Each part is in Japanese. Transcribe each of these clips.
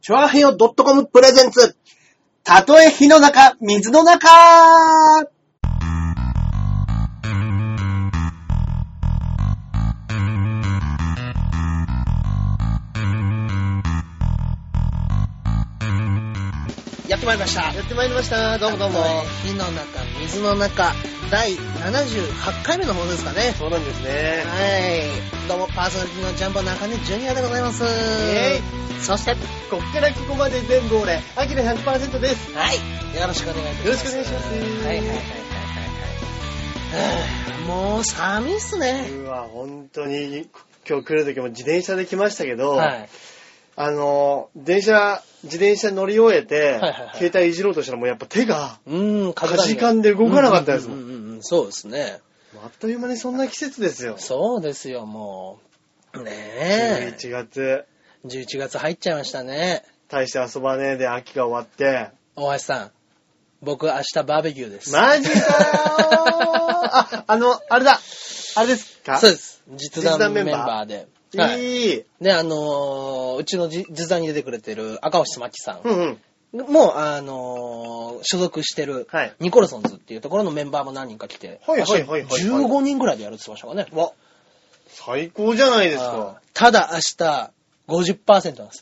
チョアヘヨ .com プレゼンツ。たとえ火の中、水の中。やってまいりました。 やってまいりました。どうもどうも。 火の中、水の中、第78回目の放送ですかね。 そうなんですね。 はい。どうも、パーソナリティのジャンボ中根ジュニアでございます。そして、 こっからここまで全部俺、アキラ 100% です。 はい。よろしくお願いいたします。 よろしくお願いします。 はいはいはいはいはい。もう寒いっすね。 うわ、本当に、今日来るときも自転車で来ましたけど、 はい。 自転車乗り終えて、 はいはいはい、 携帯いじろうとしたらもうやっぱ手が、かじじかんで動かなかったですもん。そうですね。 あっという間にそんな季節ですよ。 そうですよ、もう。ねえ。 11 月入っちゃいましたね。 大して遊ばねえで秋が終わって。 大橋さん、僕明日バーベキューです。 マジかよーあれだ。あれですか？ そうです。実弾メンバーで。 はい。いい。 で、うちの実弾に出てくれてる赤星真紀さん。 うんうん。 もう、所属してる、ニコルソンズっていうところのメンバーも何人か来て、 はいはいはいはい。 15人ぐらいでやるって言ってましたかね。 わ、最高じゃないですか。 ただ明日、50% なんです。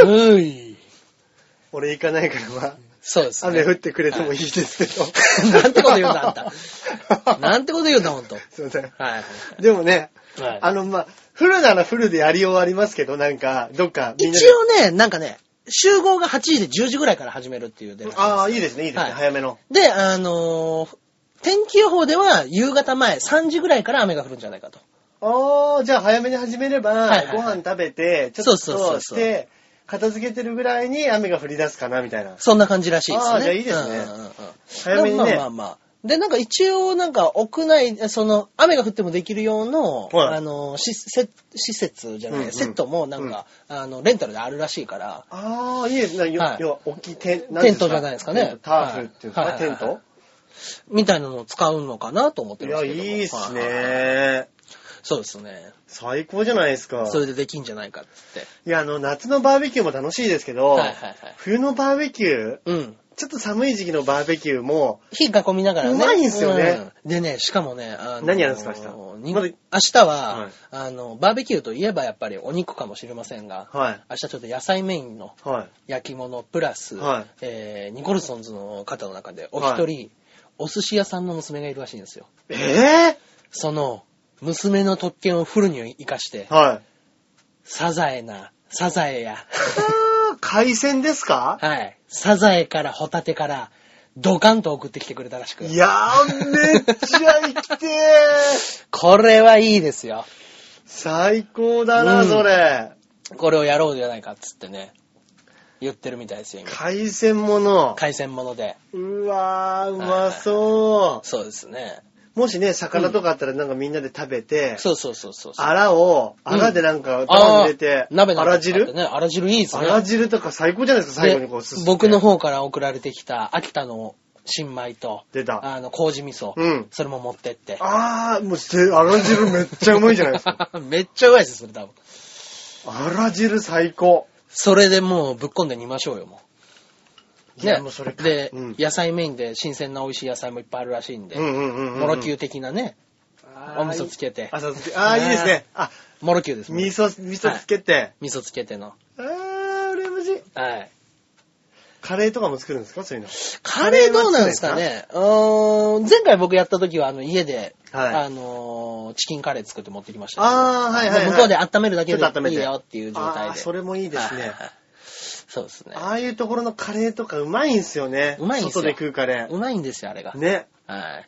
俺行かないからそうですね。 雨降ってくれてもいいですけど。 なんてこと言うんだ、あんた。なんてこと言うんだ、ほんと。 すいません。 はい。 でもね、降るなら降るでやりようありますけど、なんか、どっかみんなで。 一応ね、なんかね、集合が8時で10時ぐらいから始めるっていう。 ああ、いいですね、いいですね、早めの。 で、天気予報では夕方前3時ぐらいから雨が降るんじゃないかと。 ああ、じゃあ早めに始めれば、ご飯食べて、ちょっとして、片付けてるぐらいに雨が降り出すかな、みたいな。 そんな感じらしいですね。 ああ、じゃあいいですね。早めにね。 まあ。で、なんか一応なんか屋内、雨が降ってもできる用の、施設じゃない、セットもなんか、レンタルであるらしいから。 ああ、いいですね。要は、大きいテントじゃないですかね。 ターフっていうんですか、テントみたいなのを使うのかなと思ってますけど。 いや、いいっすね。 そうですね。 最高じゃないですか。 それでできんじゃないかって。 いや、夏のバーベキューも楽しいですけど、冬のバーベキュー、ちょっと寒い時期のバーベキューも、 火囲みながらね。 うまいんですよね。 でね、しかもね、 何やるんですか、 明日は、バーベキューといえばやっぱりお肉かもしれませんが、明日ちょっと野菜メインの焼き物プラス、ニコルソンズの方の中でお一人、お寿司屋さんの娘がいるらしいんですよ。その、娘の特権をフルに活かして、サザエや。 海鮮ですか？ はい。サザエからホタテから、ドカンと送ってきてくれたらしく。 いやー、めっちゃ生きてー。 これはいいですよ。 最高だな、それ。 これをやろうじゃないかっつってね、言ってるみたいですよ。 海鮮もので。 うわー、うまそう。 そうですね。 もしね、魚とかあったらなんかみんなで食べて、 そう。 アラでなんか玉入れて、 鍋あら汁ね、あら汁いいですね。 あら汁とか最高じゃないですか、最後にこうすすって。 僕の方から送られてきた秋田の新米と、 出た。 麹味噌。それも持ってって。 もう、あら汁めっちゃうまいじゃないですか。 めっちゃうまいです、それ多分。 あら汁最高。 それでもうぶっこんで煮ましょうよ、もう。 ね、もうそれで、野菜メインで新鮮な美味しい野菜もいっぱいあるらしいんで、モロキュー的なね、お味噌つけて。 いいですね。 モロキューですね。 味噌つけて。 味噌つけての。 羨ましい。 はい。 カレーとかも作るんですか、そういうの。 カレーどうなんですかね。前回僕やった時は家で、チキンカレー作って持ってきました。向こうで温めるだけでいいよっていう状態で。 それもいいですね。 そうですね。 ああいうところのカレーとかうまいんすよね。 うまいんですよ。 外で食うカレー。 うまいんですよ、あれが。 ね。 はい。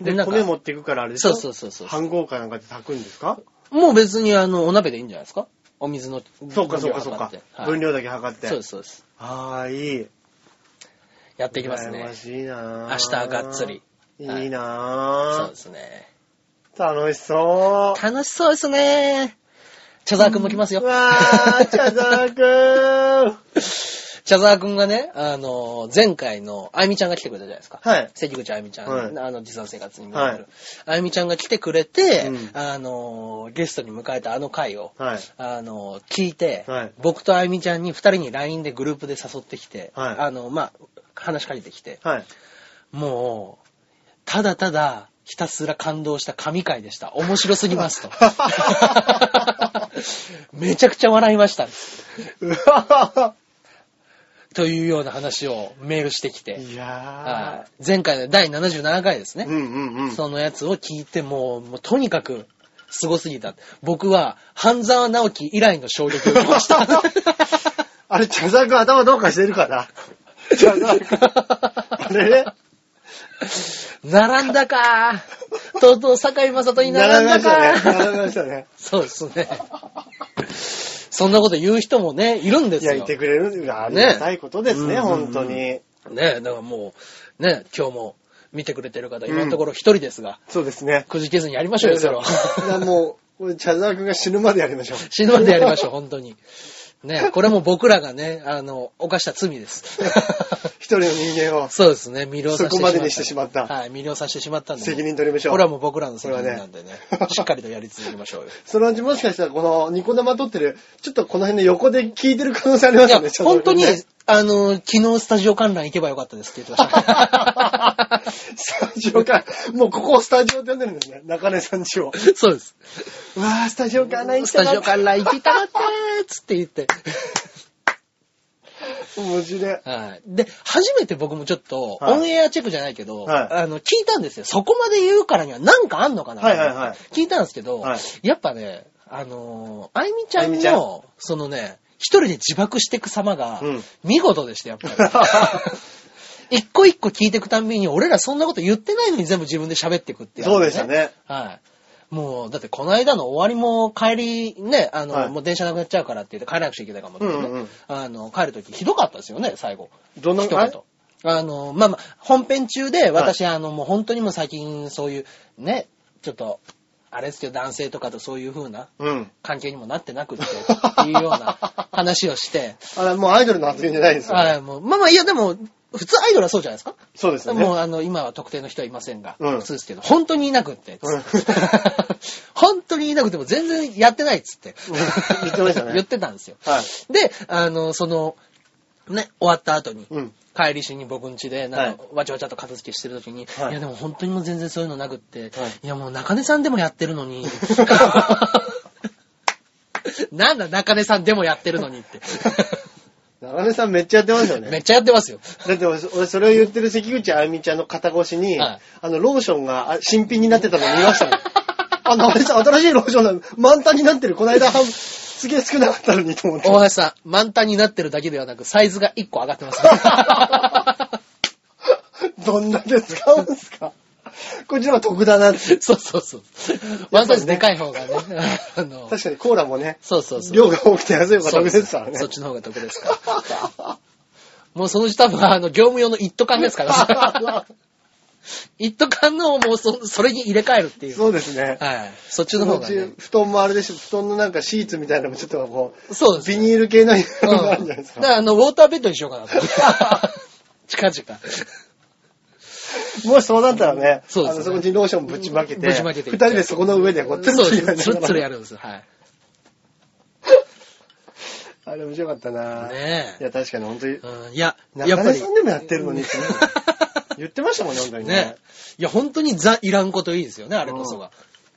で、米持っていくからあれでしょ？ そう。 飯盒かなんかで炊くんですか？ もう別にお鍋でいいんじゃないですか？お水の。 そうか。分量だけ測って。 そうです。 いい。 やっていきますね。 羨ましいなぁ。 明日がっつり。 いいなぁ。 そうですね。 楽しそう。 楽しそうですね。茶沢くんも来ますよ。 茶沢くん。 茶沢くんがね、前回のあゆみちゃんが来てくれたじゃないですか。 はい。 関口あゆみちゃん、 はい、 持参生活に戻る、はい。あゆみちゃんが来てくれて、ゲストに迎えたあの回を、はい、聞いて、はい、僕とあゆみちゃんに2人に LINE でグループで誘ってきて、はい、話しかけてきて、はい、もう、ただただ、ひたすら感動した神回でした。面白すぎますと。めちゃくちゃ笑いました。というような話をメールしてきて。 いやー、前回の第77回ですね。そのやつを聞いてもうとにかくすごすぎた。僕は半沢直樹以来の衝撃を受けました。 あれ、茶沢くん頭どうかしてるかな。茶沢くん。あれ並んだかー。とうとう堺雅人に並んだかー。 並びましたね。 そうですね。そんなこと言う人もね、いるんですよ。 いや、いてくれる。ありがたいことですね、本当に。ね、 だからもう、ね、今日も見てくれてる方、今のところ一人ですが。 そうですね。 くじけずにやりましょうよ、それは。 いや、もう、茶沢くんが死ぬまでやりましょう。 死ぬまでやりましょう、本当に。ね、これも僕らがね、犯した罪です。 一人の人間を。 そうですね、魅了させてしまった。 そこまでにしてしまった。 はい、魅了させてしまったんで。 責任取りましょう。 これはもう僕らの責任なんでね。しっかりとやり続けましょうよ。 そのうちもしかしたらこのニコ生撮ってる、ちょっとこの辺の横で聞いてる可能性ありますよね、 いや、本当に、昨日スタジオ観覧行けばよかったですって言ってました。 スタジオ観覧、もうここをスタジオって呼んでるんですね。中根さん家を。 そうです。 うわー、スタジオ観覧行きたかった。 スタジオ観覧行きたかったーつって言って。 面白い。 はい。で、初めて僕もちょっと、オンエアチェックじゃないけど、はい、聞いたんですよ。そこまで言うからには何かあんのかな、 はいはいはい、 聞いたんですけど、はい、やっぱね、あゆみちゃんの、そのね、一人で自爆していく様が、見事でした、やっぱり。一個一個聞いていくたんびに、俺らそんなこと言ってないのに全部自分で喋っていくっていう、 ね。そうでしたね。 はい。もう、だってこの間の終わりも帰り、ね、はい、もう電車なくなっちゃうからって言って帰らなくちゃいけないかもってね、帰るときひどかったですよね、最後。 どんなこと本編中で私、はい、もう本当にもう最近そういう、ね、ちょっと、あれですけど男性とかとそういう風な関係にもなってなくっていうような話をして。 あれ、もうアイドルの発言じゃないですよ、ね。 はい、もう、いやでも、普通アイドルはそうじゃないですか。 そうですね。 もう今は特定の人はいませんが、普通ですけど、本当にいなくって。本当にいなくても全然やってないっつって。 言ってましたね。 言ってたんですよ。 はい。 で、ね、終わった後に、帰りしに僕ん家で、わちゃわちゃと片付けしてる時に、はい、いやでも本当にもう全然そういうのなくって、はい、いやもう中根さんでもやってるのに、なんだ中根さんでもやってるのにって。 中根さんめっちゃやってますよね。 めっちゃやってますよ。 だって俺それを言ってる関口あゆみちゃんの肩越しに、はい、ローションが新品になってたの見ましたね。あれさ、新しいローションなの、満タンになってる。この間すげえ少なかったのにと思って。 大橋さん、満タンになってるだけではなく、サイズが1個上がってます、 ね。どんなで使うんすかこっちの方が得だなって。 そう。ワンサイズでかい方がね。 確かにコーラもね。 そう。 量が多くて安い方が得ですからね。 そっちの方が得ですから。もうそのうち多分業務用の一斗缶ですから一斗缶のもうそれに入れ替えるっていう。 そうですね。 はい。そっちの方が、ね。 布団もあれでしょ、布団のなんかシーツみたいなのもちょっとこう。 そうです、 ね。ビニール系ののがあるんじゃないですか。 だからウォーターベッドにしようかなと。近々。 もしそうなったらね、 そうですね、 そこにローションぶちまけて、二人でそこの上でこう、 ツルツルやるんですよ。はい。 あれ面白かったなねえ。いや、確かに本当に。 いや、 中根さんでもやってるのにってね。言ってましたもんね、本当にね。 いや、本当にいらんこといいですよね、あれこそが。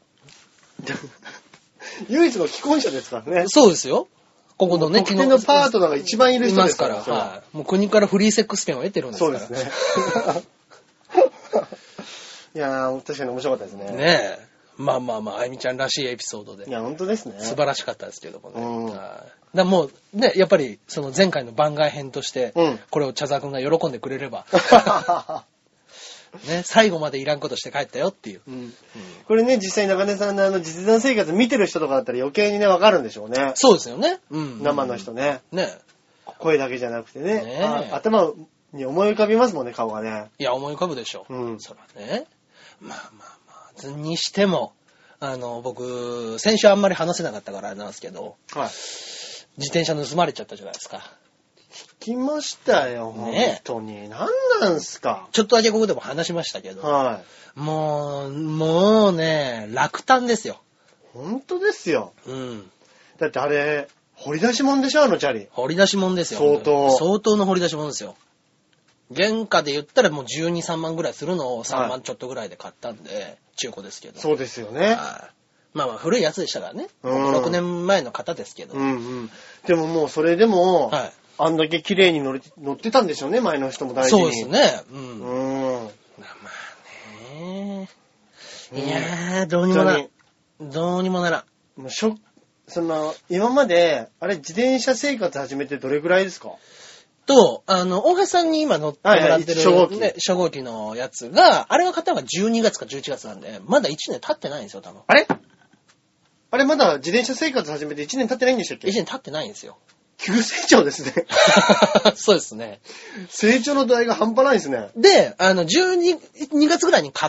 唯一の既婚者ですからね。 そうですよ。ここのね、 特定のパートナーが一番いる人ですから。 はい。もう国からフリーセックス券を得てるんですから。 そうですね。いやー、確かに面白かったですね。 ねえ。まあ、あゆみちゃんらしいエピソードで。 いや、本当ですね。 素晴らしかったですけどもね。だもう、ね、やっぱり、その前回の番外編として、これを茶沢くんが喜んでくれれば、ね、最後までいらんことして帰ったよっていう。 これね、実際中根さんの実弾生活見てる人とかだったら余計にね、わかるんでしょうね。 そうですよね。 生の人ね。 ね。 声だけじゃなくてね。頭に思い浮かびますもんね、顔がね。 いや、思い浮かぶでしょ。そらね。まあ。にしても、僕、先週あんまり話せなかったからなんですけど、はい、自転車盗まれちゃったじゃないですか。 きましたよ、 ね、 本当に。なんなんすか。 ちょっとだけここでも話しましたけど。 はい。 もうね、落胆ですよ。 本当ですよ。 うん。 だってあれ、掘り出し物でしょ、あのチャリ。 掘り出し物ですよ。相当の掘り出し物ですよ。原価で言ったらもう12、3万ぐらいするのを3万ちょっとぐらいで買ったんで、中古ですけど。 そうですよね。 まあ古いやつでしたからね。6年前の方ですけど。 でももうそれでも、あんだけ綺麗に乗ってたんでしょうね、前の人も大事に。 そうですね。まあね。いやー、どうにもならん。どうにもならん。 もう今まで、あれ、自転車生活始めてどれぐらいですか？ 大橋さんに今乗ってもらってる、初号機のやつが、あれは買ったのが12月か11月なんで、まだ1年経ってないんですよ、多分。 あれまだ自転車生活始めて1年経ってないんでしたっけ？ 1年経ってないんですよ。 急成長ですね。 そうですね。 成長の度合いが半端ないですね。 で、12月ぐらいに買って、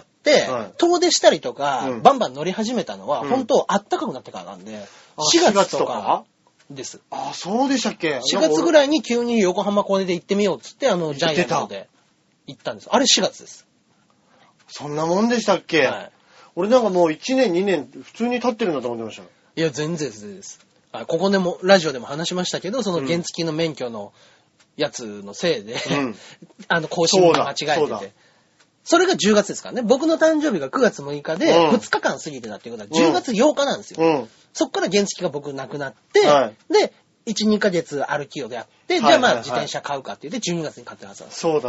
遠出したりとか、バンバン乗り始めたのは、本当暖かくなってからなんで、4月とかです。 あ、そうでしたっけ？ 4 月ぐらいに急に横浜コーデで行ってみようっつって、ジャイアントで行ったんです。あれ4月です。 そんなもんでしたっけ？はい。俺なんかもう1年2年普通に経ってるんだと思ってました。 いや、全然です。ここでも、ラジオでも話しましたけど、その原付の免許のやつのせいで、更新が間違えてて。それが10月ですからね。僕の誕生日が9月6日で、2日間過ぎてたっていうことは10月8日なんですよ。そっから原付が僕なくなって、で、1、2ヶ月歩きをやって、じゃあまあ自転車買うかって言って12月に買ってるはずなんです。 そう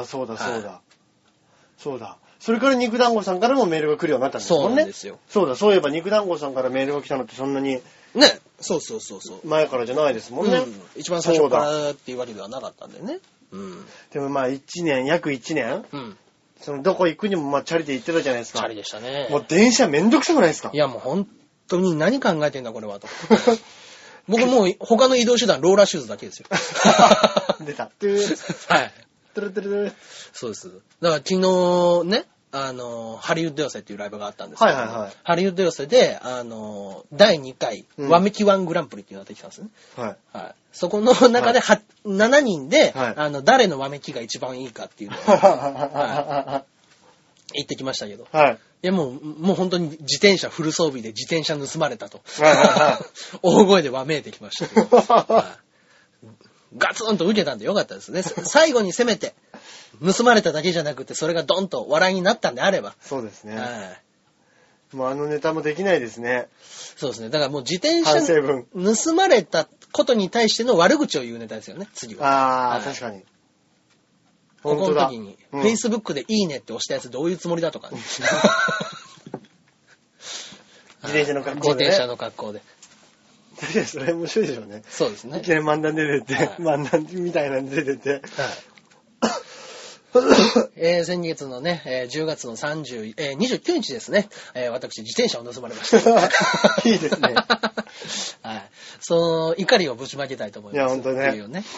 だ。それから肉団子さんからもメールが来るようになったんですもんね。 そうなんですよ。 そういえば肉団子さんからメールが来たのってそんなに。 ね。そう。 前からじゃないですもんね。 一番最初からっていうわけではなかったんでね。 でもまあ約1年どこ行くにもまあチャリで行ってたじゃないですか。 チャリでしたね。 もう電車めんどくさくないですか？ いやもう本当に何考えてんだこれはと。僕もう他の移動手段ローラーシューズだけですよ。 出た。 はい。そうです。だから昨日ね、ハリウッド寄せっていうライブがあったんですけど、ハリウッド寄せで、第2回、わめきワングランプリっていうのができたんですね。そこの中で7人で、誰のわめきが一番いいかっていうのを、言ってきましたけど。いやもう本当に自転車フル装備で自転車盗まれたと。大声でわめいてきましたけど。ガツンと受けたんでよかったですね。最後にせめて、盗まれただけじゃなくて、それがドンと笑いになったんであれば。 そうですね。もうネタもできないですね。 そうですね。だからもう自転車盗まれたことに対しての悪口を言うネタですよね、次は。 確かに。 ここの時に、Facebook でいいねって押したやつどういうつもりだとかね。 自転車の格好で。 自転車の格好で。 それ面白いでしょうね。 そうですね。 いきなり漫談出てて、漫談みたいなの出てて。 先月のね、10月の29日ですね、私自転車を盗まれました。 いいですね。 はい。その怒りをぶちまけたいと思います。 いや、本当ね。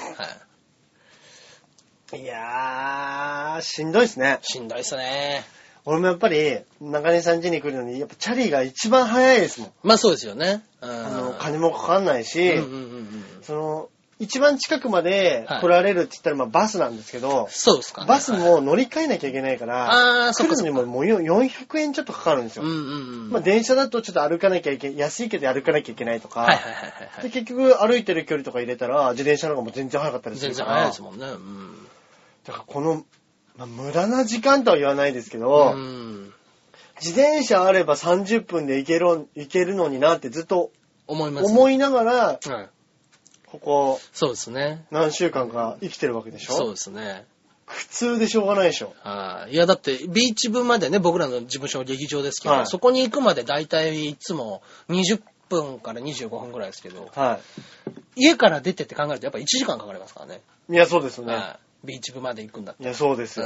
いやー、しんどいですね。 しんどいですね。 俺もやっぱり、中根さん家に来るのに、やっぱチャリが一番早いですもん。 まあそうですよね。 金もかかんないし、一番近くまで来られるって言ったらまあバスなんですけど、 そうですかね。 バスも乗り換えなきゃいけないから、来るのにもう400円ちょっとかかるんですよ。まあ電車だとちょっと歩かなきゃいけない、安いけど歩かなきゃいけないとか、で結局歩いてる距離とか入れたら自転車の方がもう全然早かったりするから。 全然早いですもんね。 だからこの、無駄な時間とは言わないですけど、自転車あれば30分で行けるのになってずっと思いながら、ここ、 そうですね。 何週間か生きてるわけでしょ？ そうですね。 苦痛でしょうがないでしょ。 いやだってビーチ部までね、僕らの事務所劇場ですけど、そこに行くまでだいたいいつも20分から25分ぐらいですけど、家から出てって考えるとやっぱ1時間かかりますからね。 いやそうですよね。 ビーチ部まで行くんだって。 いやそうですよ。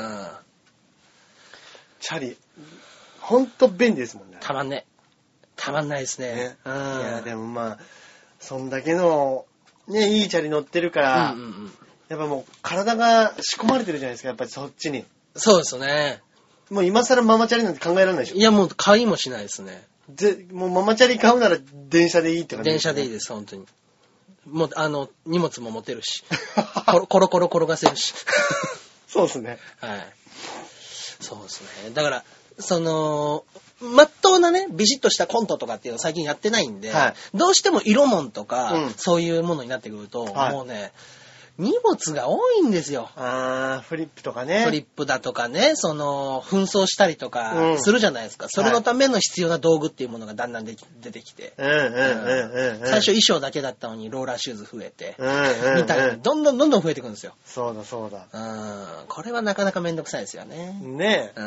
チャリ、ほんと便利ですもんね。 たまんないですね。 いやでもまあ、そんだけの、ね、いいチャリ乗ってるから、やっぱもう体が仕込まれてるじゃないですか、やっぱりそっちに。 そうですね。 もう今更ママチャリなんて考えられないでしょ。 いやもう買いもしないですね。 もうママチャリ買うなら電車でいいって感じ、 電車でいいです、本当に。 もう、荷物も持てるし、コロコロ転がせるし。 そうですね。 はい。そうですね。だから、まっとうなね、ビシッとしたコントとかっていうのを最近やってないんで、はい、どうしても色物とか、そういうものになってくると、もうね、荷物が多いんですよ。 フリップとかね。 フリップだとかね、紛争したりとかするじゃないですか。それのための必要な道具っていうものがだんだん出てきて。最初衣装だけだったのにローラーシューズ増えて、みたいな、どんどん増えてくるんですよ。 そうだそうだ。 これはなかなかめんどくさいですよね。 ねえ。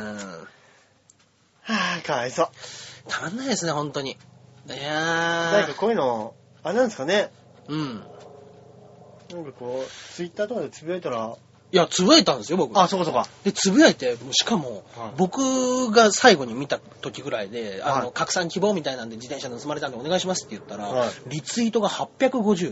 かわいそう。 たまんないですね、本当に。 なんかこういうの、あれなんですかね。なんかこう、ツイッターとかでつぶやいたら。 いや、つぶやいたんですよ、僕。 あ、そうかそうか。 で、つぶやいて、しかも、僕が最後に見た時ぐらいで、拡散希望みたいなんで自転車盗まれたんでお願いしますって言ったら、リツイートが850。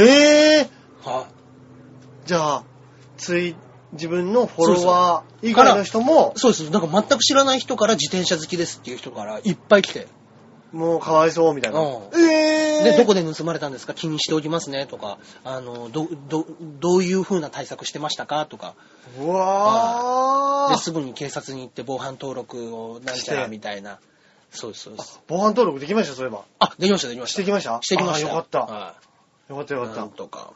じゃあ、自分のフォロワー以外の人も。 そうです。なんか全く知らない人から自転車好きですっていう人からいっぱい来て。 もうかわいそうみたいな。 で、どこで盗まれたんですか気にしておきますねとか、どういう風な対策してましたかとか。 うわー。で、すぐに警察に行って防犯登録をなんちゃらみたいな。そうです、そうです。 防犯登録できましたそういえば。 できました。 してきました。 してきました。 よかった。よかったよかった。 なんとか。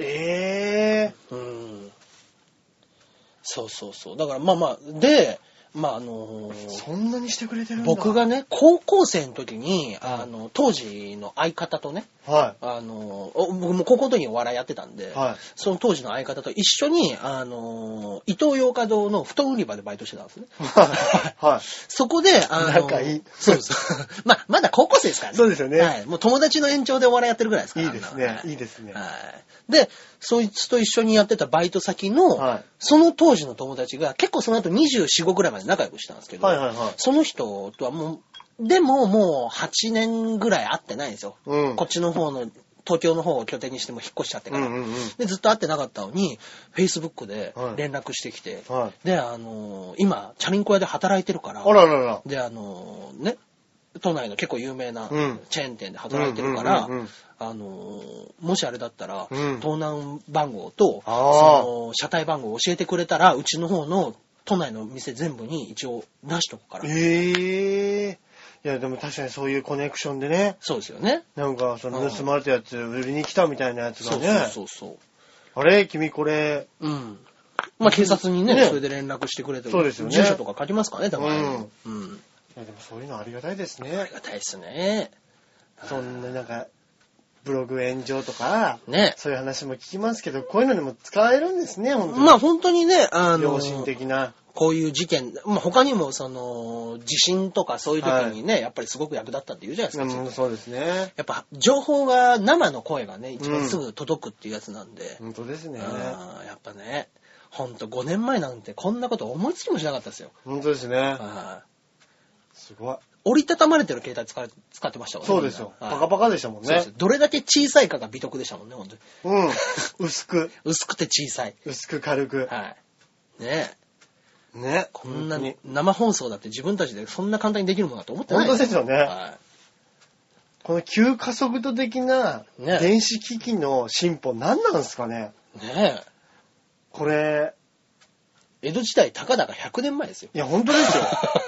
そう。だからで、 そんなにしてくれてるんだ。 僕がね、高校生の時に、当時の相方とね、僕も高校の時にお笑いやってたんで、その当時の相方と一緒に、イトーヨーカドーの布団売り場でバイトしてたんですね。そこで、 仲いい。 そうです。まだ高校生ですからね。 そうですよね。 もう友達の延長でお笑いやってるぐらいですから。 いいですね。いいですね。 で、そいつと一緒にやってたバイト先の、その当時の友達が結構その後24、5ぐらいまで仲良くしたんですけど、その人とはもう8年ぐらい会ってないんですよ。こっちの方の、東京の方を拠点にしても引っ越しちゃってから。で、ずっと会ってなかったのに、Facebook で連絡してきて、で、今、チャリンコ屋で働いてるから、で、ね、都内の結構有名なチェーン店で働いてるから、もしあれだったら、盗難番号と、車体番号を教えてくれたら、うちの方の都内の店全部に一応出しとくから。 いや、でも確かにそういうコネクションでね。 そうですよね。 なんか、盗まれたやつ売りに来たみたいなやつがね。 そう。 あれ君これ。 警察にね、それで連絡してくれて、 そうですよね。 住所とか書きますかね、多分。 いや、でもそういうのありがたいですね。 ありがたいですね。 そんななんか、ブログ炎上とか、そういう話も聞きますけど、こういうのにも使えるんですね、本当に。 本当にね、 良心的な。 こういう事件、他にも地震とかそういう時にね、やっぱりすごく役立ったって言うじゃないですか。 そうですね。 やっぱ情報が、生の声がね、一番すぐ届くっていうやつなんで。 本当ですね。 やっぱね、ほんと5年前なんてこんなこと思いつきもしなかったですよ。 本当ですね。すごい。 折りたたまれてる携帯使ってましたもんね。 そうですよ。パカパカでしたもんね。 どれだけ小さいかが美徳でしたもんね、本当に。 薄く。 薄くて小さい。 薄く軽く。ね。 こんな生放送だって自分たちでそんな簡単にできるものだと思ってない。 本当ですよね。この急加速度的な電子機器の進歩何なんですかね。これ、 江戸時代たかだか100年前ですよ。 いや、本当ですよ。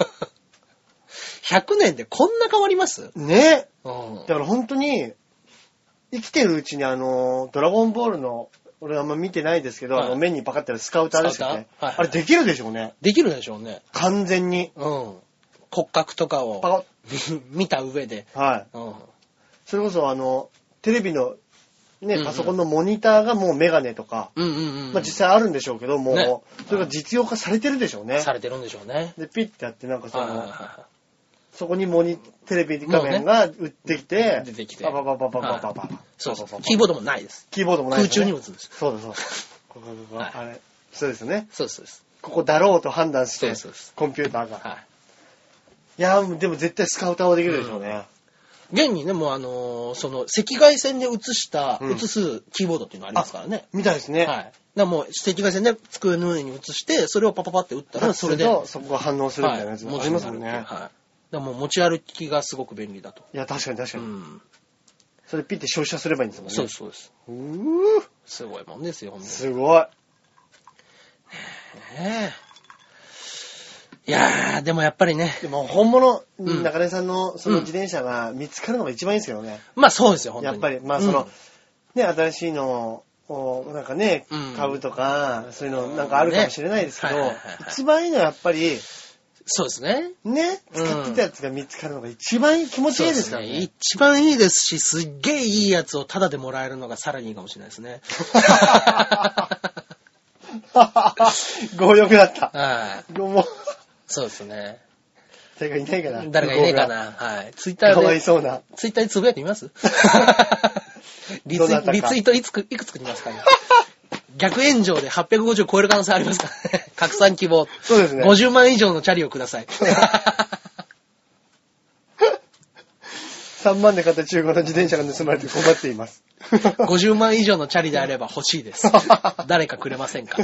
100年でこんな変わりますね。だから本当に、生きてるうちにドラゴンボールの、俺あんま見てないですけど、目にパカってるスカウターですよね。あれできるでしょうね。 できるでしょうね。 完全に。 骨格とかを見た上で。それこそテレビの、ね、パソコンのモニターがもうメガネとか、実際あるんでしょうけど、もう、それが実用化されてるでしょうね。 されてるんでしょうね。 で、ピッてやってなんかそこにテレビ画面が打ってきて、 出てきて。 パパパパパパパパ。 そうそう。キーボードもないです。 キーボードもないです。 空中に打つんです。 そうです。あれ。そうですよね。 そうです。 ここだろうと判断して、コンピューターが。いやでも絶対スカウターはできるでしょうね。 現にね、もう赤外線で映すキーボードっていうのありますからね。 みたいですね。 だもう赤外線で机の上に映して、それをパパパって打ったら、それで。 そこが反応するみたいなやつもありますもんね。 もう持ち歩きがすごく便利だと。 いや、確かに。 それピッて照射すればいいんですもんね。 そうです、そうです。すごいもんですよ、ほんとに。 すごい。 いやー、でもやっぱりね。 でも本物、中根さんのその自転車が見つかるのが一番いいですけどね。 まあそうですよ、本当に。 やっぱり、まあその、ね、新しいのを、なんかね、買うとか、そういうのなんかあるかもしれないですけど、一番いいのはやっぱり、 そうですね。 ね、使ってたやつが見つかるのが一番気持ちいいですからね。 一番いいですし、すっげえいいやつをタダでもらえるのがさらにいいかもしれないですね。 強欲だった。 はい。 もうそうですね。 誰がいないかな。 誰がいないかな。はい。ツイッターで。 かわいそうな。 ツイッターでつぶやいてみますリツイートいくつくりますかね。逆炎上で850超える可能性ありますからね。拡散希望。 そうですね。 50万以上のチャリをください。 3万で買った中古の自転車が盗まれて困っています。 50万以上のチャリであれば欲しいです。誰かくれませんか？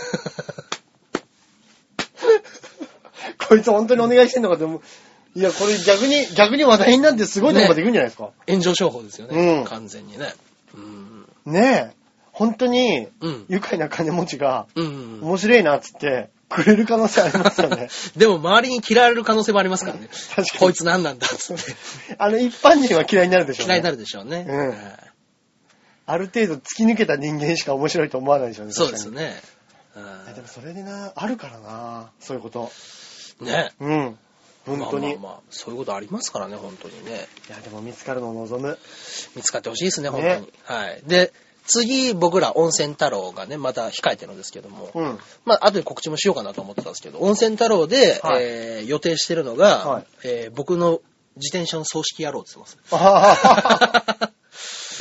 こいつ本当にお願いしてんのかと思う。いや、これ逆に話題になってすごいとこまで行くんじゃないですか。ね、 炎上商法ですよね。完全にね。 ねえ。本当に、愉快な金持ちが、面白いなっつって、くれる可能性ありますよね。 でも周りに嫌われる可能性もありますからね。確かに。こいつ何なんだっつって。 一般人は嫌いになるでしょうね。 嫌いになるでしょうね。 ある程度突き抜けた人間しか面白いと思わないでしょうね。 そうですね。 でもそれであるからな、そういうこと。 ね。 本当に。 まあ、そういうことありますからね、本当にね。 いや、でも見つかるのを望む。 見つかってほしいですね、本当に。はい。で、次、僕ら温泉太郎がね、また控えてるんですけども、まあ、後で告知もしようかなと思ってたんですけど、温泉太郎で、予定してるのが、僕の自転車の葬式やろうって言ってます。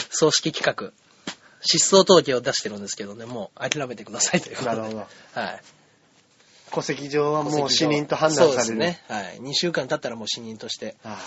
葬式企画。失踪届を出してるんですけどね、もう諦めてくださいということで。 なるほど。 はい。 戸籍上はもう死人と判断される。 そうですね。はい。2週間経ったらもう死人として。 はい。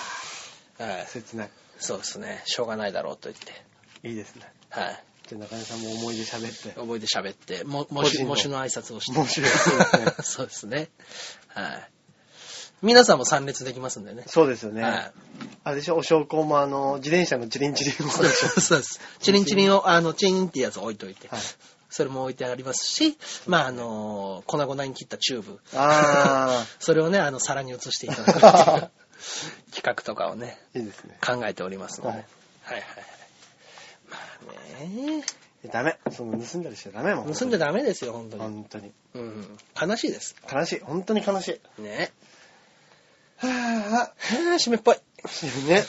切ない。 そうですね。しょうがないだろうと言って。 いいですね。 はい。 じゃあ中根さんも思い出喋って。 思い出喋って、喪主の挨拶をして。 喪主そうですね。 そうですね。はい。皆さんも参列できますんでね。 そうですよね。 はい。 あれでしょ、お焼香も自転車のチリンチリンをそうでしょ。 そうです。チリンチリンを、チンってやつを置いといて。はい。それも置いてありますし、まあ、粉々に切ったチューブ。それをね、皿に移していただくっていう企画とかをね。 いいですね。 考えておりますので。はいはいはい。まあね。 ダメ。盗んだりしちゃダメもん。 盗んじゃダメですよ、本当に。 本当に。 悲しいです。 悲しい。本当に悲しい。 ね。 はぁ、締めっぽい。 ね。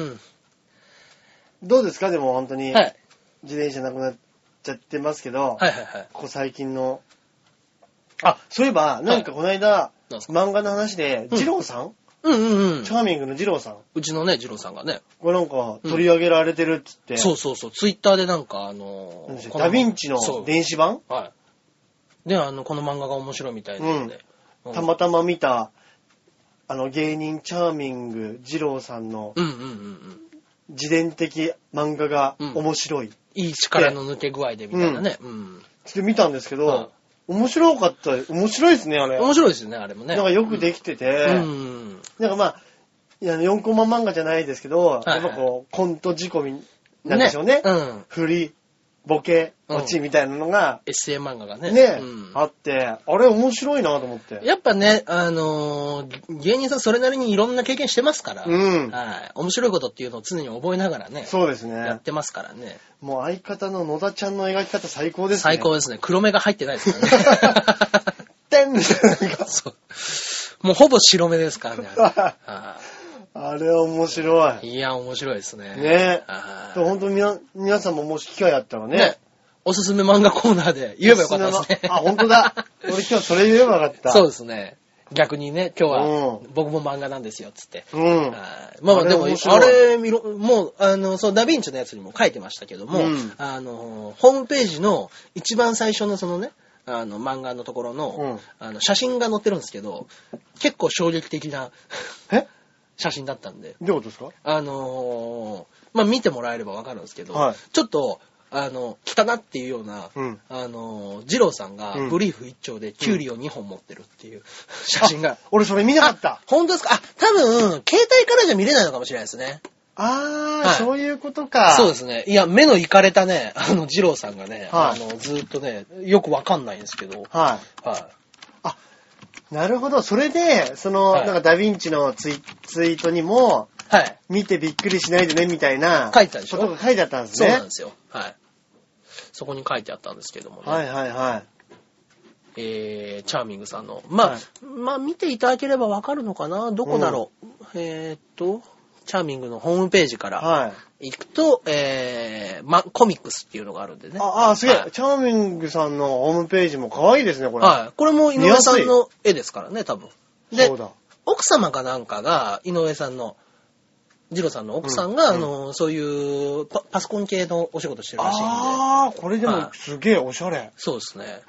どうですかでも本当に。 はい。 自転車なくなっちゃってますけど。 はいはいはい。 ここ最近の。そういえば、なんかこの間、漫画の話で、二郎さんチャーミングの二郎さん。 うちのね、二郎さんがね。 これなんか取り上げられてるっつって。 そうそうそう。ツイッターでなんかダヴィンチの電子版はい。で、この漫画が面白いみたいなので。 たまたま見た、芸人チャーミング二郎さんの、自伝的漫画が面白い。 いい力の抜け具合でみたいなね。 それ見たんですけど、面白かった。面白いですね、あれ。 面白いですよね、あれもね。 なんかよくできてて、なんかまあ、4コマ漫画じゃないですけど、やっぱこう、コント仕込みなんでしょうね。振り、ボケ、オチみたいなのが、 SA 漫画がね。 あって、あれ面白いなと思って。 やっぱね、芸人さんそれなりにいろんな経験してますから、面白いことっていうのを常に覚えながらね、 そうですね。 やってますからね。 もう相方の野田ちゃんの描き方最高ですね。 最高ですね。黒目が入ってないですからね。 てんみたいな。 そう。もうほぼ白目ですからね。 あれ面白い。 いや、面白いですね。 ね。本当に皆さんももし機会あったらね。 おすすめ漫画コーナーで言えばよかったですね。 本当だ。俺今日それ言えばよかった。 そうですね。逆にね、今日は僕も漫画なんですよ、つって。まあでも、あれ、もう、そう、ダヴィンチのやつにも書いてましたけども、ホームページの一番最初のそのね、漫画のところの、写真が載ってるんですけど、結構衝撃的な写真だったんで。 どういうことですか？ まあ見てもらえればわかるんですけど、ちょっと、来たなっていうような、二郎さんがブリーフ一丁でキュウリを2本持ってるっていう写真が。 俺それ見なかった。 本当ですか？多分、携帯からじゃ見れないのかもしれないですね。 はい、そういうことか。 そうですね。いや、目のいかれたね、二郎さんがね、ずーっとね、よくわかんないんですけど。はい。はい。 なるほど。それで、なんかダヴィンチのツイートにも、はい。見てびっくりしないでね、みたいな。 書いてたでしょ。 ことが書いてあったんですね。 そうなんですよ。はい。そこに書いてあったんですけどもね。 はいはいはい。 チャーミングさんの。まあ、見ていただければわかるのかな。どこだろう。チャーミングのホームページから行くと、コミックスっていうのがあるんでね。 すげえ、はい。チャーミングさんのホームページも可愛いですね、これ。 はい。これも井上さんの絵ですからね、多分。で、 そうだ。 奥様かなんかが、井上さんの、ジローさんの奥さんが、そういうパソコン系のお仕事してるらしいんで。 これでもすげえおしゃれ。 そうですね。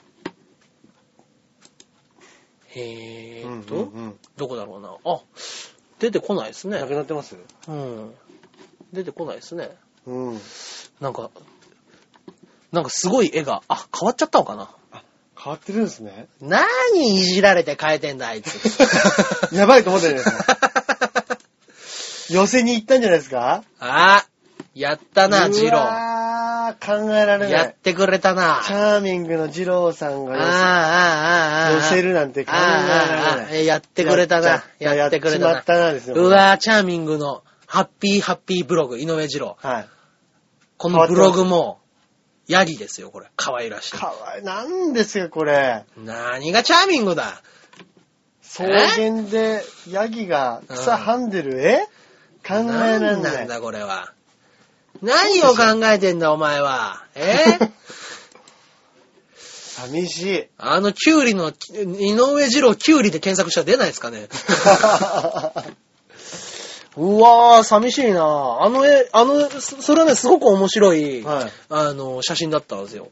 どこだろうな。出てこないですね。 なくなってます？ 出てこないですね。なんかすごい絵が、変わっちゃったのかな。 変わってるんですね。 何いじられて変えてんだ、あいつ。 やばいと思ってるんですか。寄せに行ったんじゃないですか？ やったな、ジロー。 考えられない。 やってくれたな。 チャーミングのジローさんが寄せるなんて考えられない。 やってくれたな。やってくれたな。 やっちまったなですよ。 うわー、チャーミングのハッピーブログ、井上二郎。はい。このブログも、ヤギですよ、これ。可愛らしい。 なんですよ、これ。 何がチャーミングだ。 草原でヤギが草はんでる絵？考えられない。 なんだ、これは。何を考えてんだ、お前は。 寂しい。 キュウリの、井上二郎キュウリで検索したら出ないですかね。うわー、寂しいな。それはね、すごく面白い、写真だったんですよ。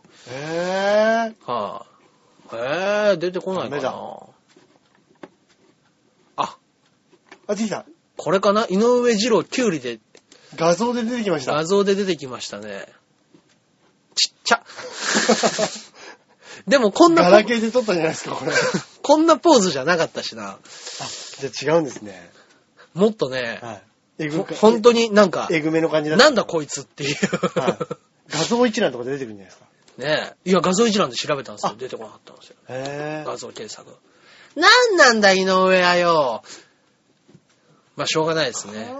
出てこないかな。 じいさん。 これかな？井上二郎キュウリで。 画像で出てきました。 画像で出てきましたね。ちっちゃ。でもこんな。 ガラケーで撮ったんじゃないですか、これ。 こんなポーズじゃなかったしな。 じゃあ違うんですね。 もっとね、本当になんか、 えぐめの感じだった。 なんだこいつっていう。 画像一覧とかで出てくるんじゃないですか。 ねえ。いや、画像一覧で調べたんですよ。出てこなかったんですよ。画像検索。なんなんだ、井上はよ。まあ、しょうがないですね。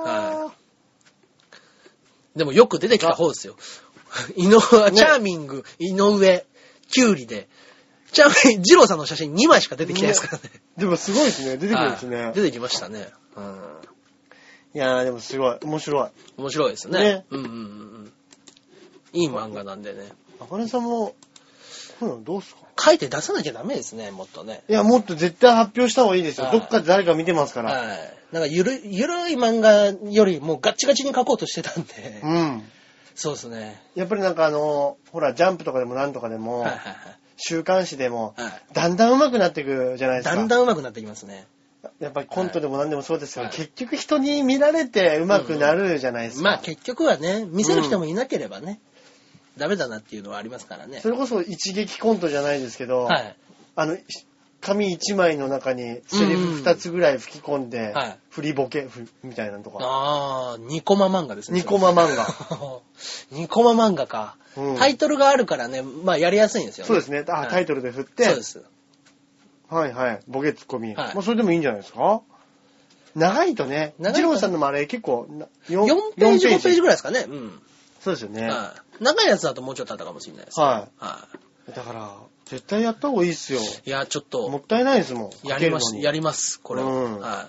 でもよく出てきた方ですよ。チャーミング、井上、キュウリで。ジローさんの写真2枚しか出てきないですからね。 でもすごいですね。出てくるんですね。 出てきましたね。 いやーでもすごい。面白い。 面白いですね。いい漫画なんでね。 あかねさんも、こういうのどうすか？ 書いて出さなきゃダメですね、もっとね。 いや、もっと絶対発表した方がいいですよ。どっかで誰か見てますから。 なんかゆるい漫画よりもうガッチガチに書こうとしてたんで。そうですね。 やっぱりなんかほら、ジャンプとかでもなんとかでも、週刊誌でも、だんだん上手くなっていくじゃないですか。 だんだん上手くなってきますね。 やっぱりコントでも何でもそうですけど、結局人に見られて上手くなるじゃないですか。 まあ結局はね、見せる人もいなければね、ダメだなっていうのはありますからね。 それこそ一撃コントじゃないですけど、紙1枚の中にセリフ2つぐらい吹き込んで、振りボケみたいなのとか。 2コマ漫画ですね。 2コマ漫画。 2コマ漫画か。タイトルがあるからね、まあやりやすいんですよね。 そうですね。タイトルで振って。 そうです。 はいはい。ボケツッコミ。まあそれでもいいんじゃないですか？長いとね、ジローさんのもあれ結構 4ページ、5ページぐらいですかね。 そうですよね。 長いやつだともうちょっとあったかもしれないです。だから、絶対やった方がいいっすよ。 いや、ちょっと。 もったいないですもん。 やります、これは。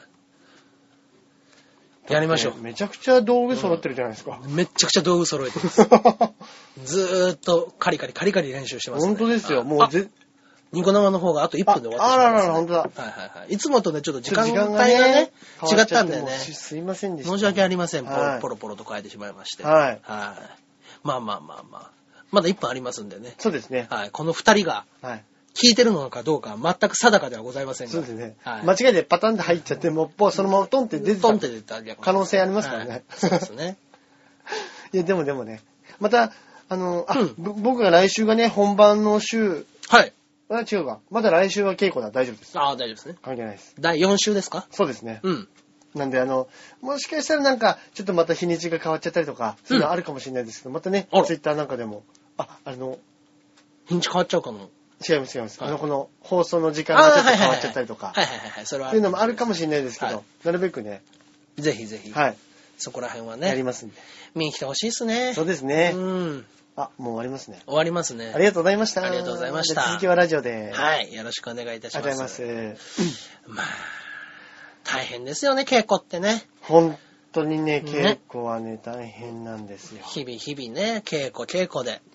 やりましょう。 めちゃくちゃ道具揃ってるじゃないですか。 めちゃくちゃ道具揃えてます。ずーっとカリカリ練習してます。 本当ですよ。もうニコ生の方があと1分で終わってしまいます。 本当だ。 いつもとね、ちょっと時間帯がね、違ったんでね。 すいませんでした。 申し訳ありません。ポロポロと変えてしまいまして。まだ1分ありますんでね。 そうですね。 この2人が、聞いてるのかどうか全く定かではございませんが。 そうですね。間違いでパタンで入っちゃって、もうそのままトンって出てた可能性ありますからね。 そうですね。 いや、でもね、また、僕が来週がね、本番の週。違うか。まだ来週は稽古だ。大丈夫です。 大丈夫ですね。 関係ないです。 第4週ですか？ そうですね。 なんでもしかしたらなんか、ちょっとまた日にちが変わっちゃったりとか、そういうのあるかもしれないですけど、またね、ツイッターなんかでも、 日にち変わっちゃうかも。 違います。この放送の時間がちょっと変わっちゃったりとか、 それは。 っていうのもあるかもしれないですけど、なるべくね。 ぜひぜひ。 はい。 そこら辺はね。 やりますんで。 見に来てほしいですね。 そうですね。もう終わりますね。 終わりますね。 ありがとうございました。 ありがとうございました。 続きはラジオで。 はい。よろしくお願いいたします。 ありがとうございます。 まあ、大変ですよね、稽古ってね。 本当にね、稽古はね、大変なんですよ。 日々ね、稽古で。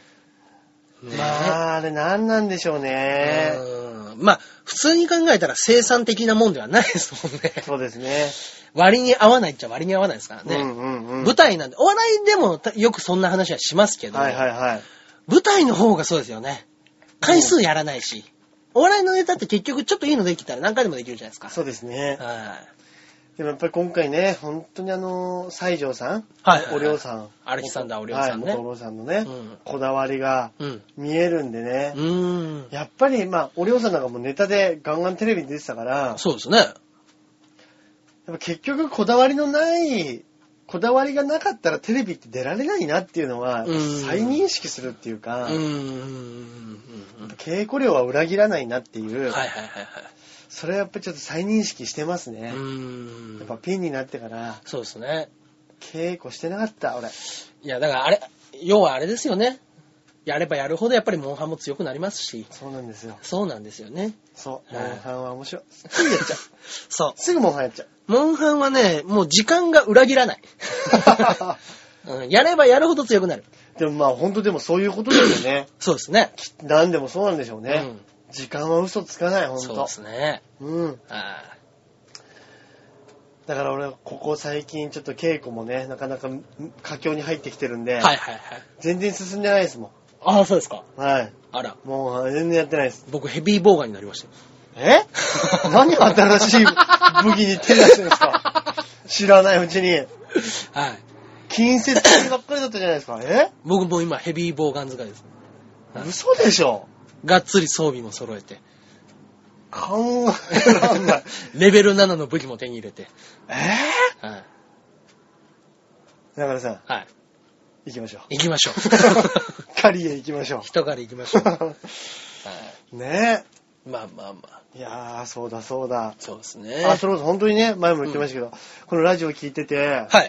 まあ、あれ何なんでしょうね。 まあ、普通に考えたら生産的なもんではないですもんね。 そうですね。 割に合わないっちゃ割に合わないですからね。舞台なんで、お笑いでもよくそんな話はしますけど、舞台の方がそうですよね。回数やらないし、お笑いのネタって結局ちょっといいのできたら何回でもできるじゃないですか。 そうですね。でもやっぱり今回ね、本当に西条さん、おりょうさん、 アレキサンダーおりょうさんね。 元おりょうさんのね、こだわりが見えるんでね。やっぱりおりょうさんなんかもネタでガンガンテレビに出てたから。 そうですね。 やっぱ結局こだわりがなかったらテレビって出られないなっていうのは再認識するっていうか、稽古量は裏切らないなっていう。それはやっぱりちょっと再認識してますね。やっぱピンになってから。 そうですね。 稽古してなかった、俺。 いや、だから要はあれですよね。やればやるほどやっぱりモンハンも強くなりますし。 そうなんですよ。 そうなんですよね。 そう。モンハンは面白い。すぐやっちゃう。 そう。 すぐモンハンやっちゃう。 モンハンはね、もう時間が裏切らない。やればやるほど強くなる。 でも本当でもそういうことですよね。 そうですね。 何でもそうなんでしょうね。時間は嘘つかない、ほんと。 そうですね。 だから俺、ここ最近ちょっと稽古もね、なかなか佳境に入ってきてるんで、全然進んでないですもん。 ああ、そうですか。 はい。 あら。 もう全然やってないです。 僕ヘビーボーガーになりましたよ。何新しい武器に手出してるんですか知らないうちに。はい。近接的ばっかりだったじゃないですか。 僕も今ヘビーボーガン使いです。 嘘でしょ。 がっつり装備も揃えて。 考えらんない。 レベル7の武器も手に入れて。 はい。中田さん。 はい。 行きましょう。 行きましょう。 狩りへ行きましょう。 一狩り行きましょう。はい。 ねえ。まあ。 いやー、そうだ。 そうですね。 そう本当にね、前も言ってましたけど、このラジオ聞いてて、 はい。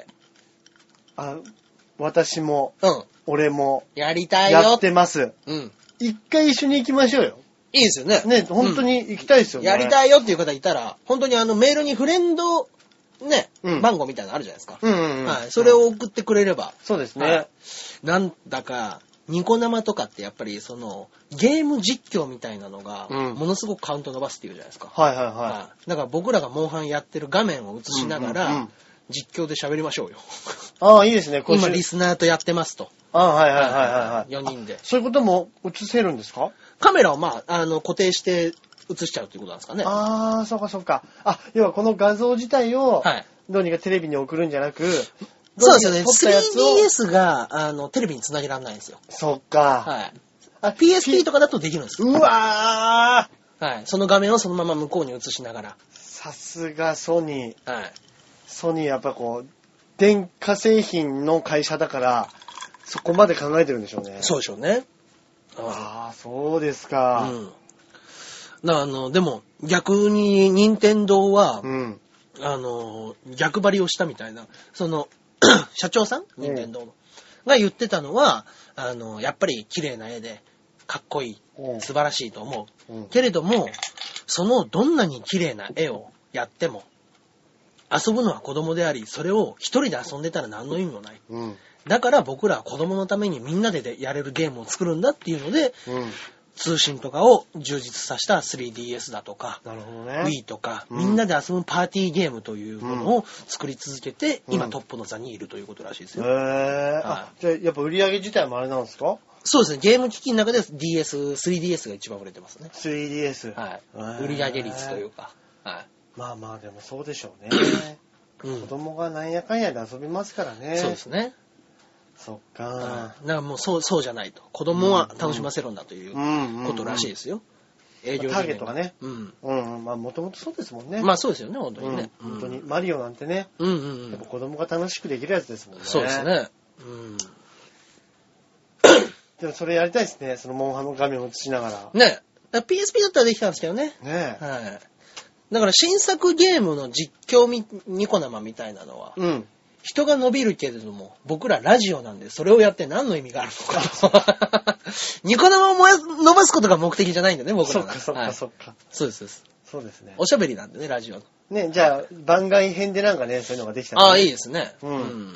私も、俺も、 やりたいよ。 やってます。一回一緒に行きましょうよ。 いいですよね。 ね、本当に行きたいですよね。 やりたいよっていう方いたら、本当にメールにフレンド、ね、番号みたいなのあるじゃないですか。はい。それを送ってくれれば。 そうですね。 なんだか、ニコ生とかってやっぱりゲーム実況みたいなのが、ものすごくカウント伸ばすっていうじゃないですか。だから僕らがモンハンやってる画面を映しながら、実況で喋りましょうよ。 ああ、いいですね。 今リスナーとやってますと。 はい。 4人で。 そういうことも映せるんですか？ カメラを固定して映しちゃうということなんですかね。 ああ、そうか。要はこの画像自体を、どうにかテレビに送るんじゃなく、 そうですよね。3DS が、テレビにつなげられないんですよ。 そっか。 はい。PSP とかだとできるんですよ。 うわー！はい。その画面をそのまま向こうに映しながら。 さすがソニー。 はい。 ソニーやっぱ電化製品の会社だから、そこまで考えてるんでしょうね。 そうでしょうね。 ああ、そうですか。 でも、逆に、任天堂は、逆張りをしたみたいな、社長さん任天堂の。が言ってたのは、やっぱり綺麗な絵で、かっこいい、素晴らしいと思う。けれども、どんなに綺麗な絵をやっても、遊ぶのは子供であり、それを一人で遊んでたら何の意味もない。だから僕らは子供のためにみんなでやれるゲームを作るんだっていうので、通信とかを充実させた 3DS だとか、Wii とか、みんなで遊ぶパーティーゲームというものを作り続けて、今トップの座にいるということらしいですよ。 じゃあやっぱ売り上げ自体もあれなんですか？ そうですね。ゲーム機器の中で 3DS が一番売れてますね。 3DS。 はい。売り上げ率というか。はい。 まあでもそうでしょうね。子供がなんやかんやで遊びますからね。 そうですね。 そっか。だからもうそうじゃないと。子供は楽しませるんだということらしいですよ。 営業ターゲットがね。 うん。 うん。まあ、もともとそうですもんね。 まあそうですよね、本当にね。 本当に。マリオなんてね。 うんうんうん。 やっぱ子供が楽しくできるやつですもんね。 そうですね。うん。 でもそれやりたいですね。そのモンハンの画面を映しながら。 ね。PSP だったらできたんですけどね。 ねはい。だから新作ゲームの実況ニコ生みたいなのは、 うん。 人が伸びるけれども、僕らラジオなんでそれをやって何の意味があるのか。ニコ生を伸ばすことが目的じゃないんだね、僕らは。 そっか。 そうです。 そうですね。 おしゃべりなんでね、ラジオの。 ね、じゃあ、番外編でなんかね、そういうのができたら、ね。 ああ、いいですね。 うん。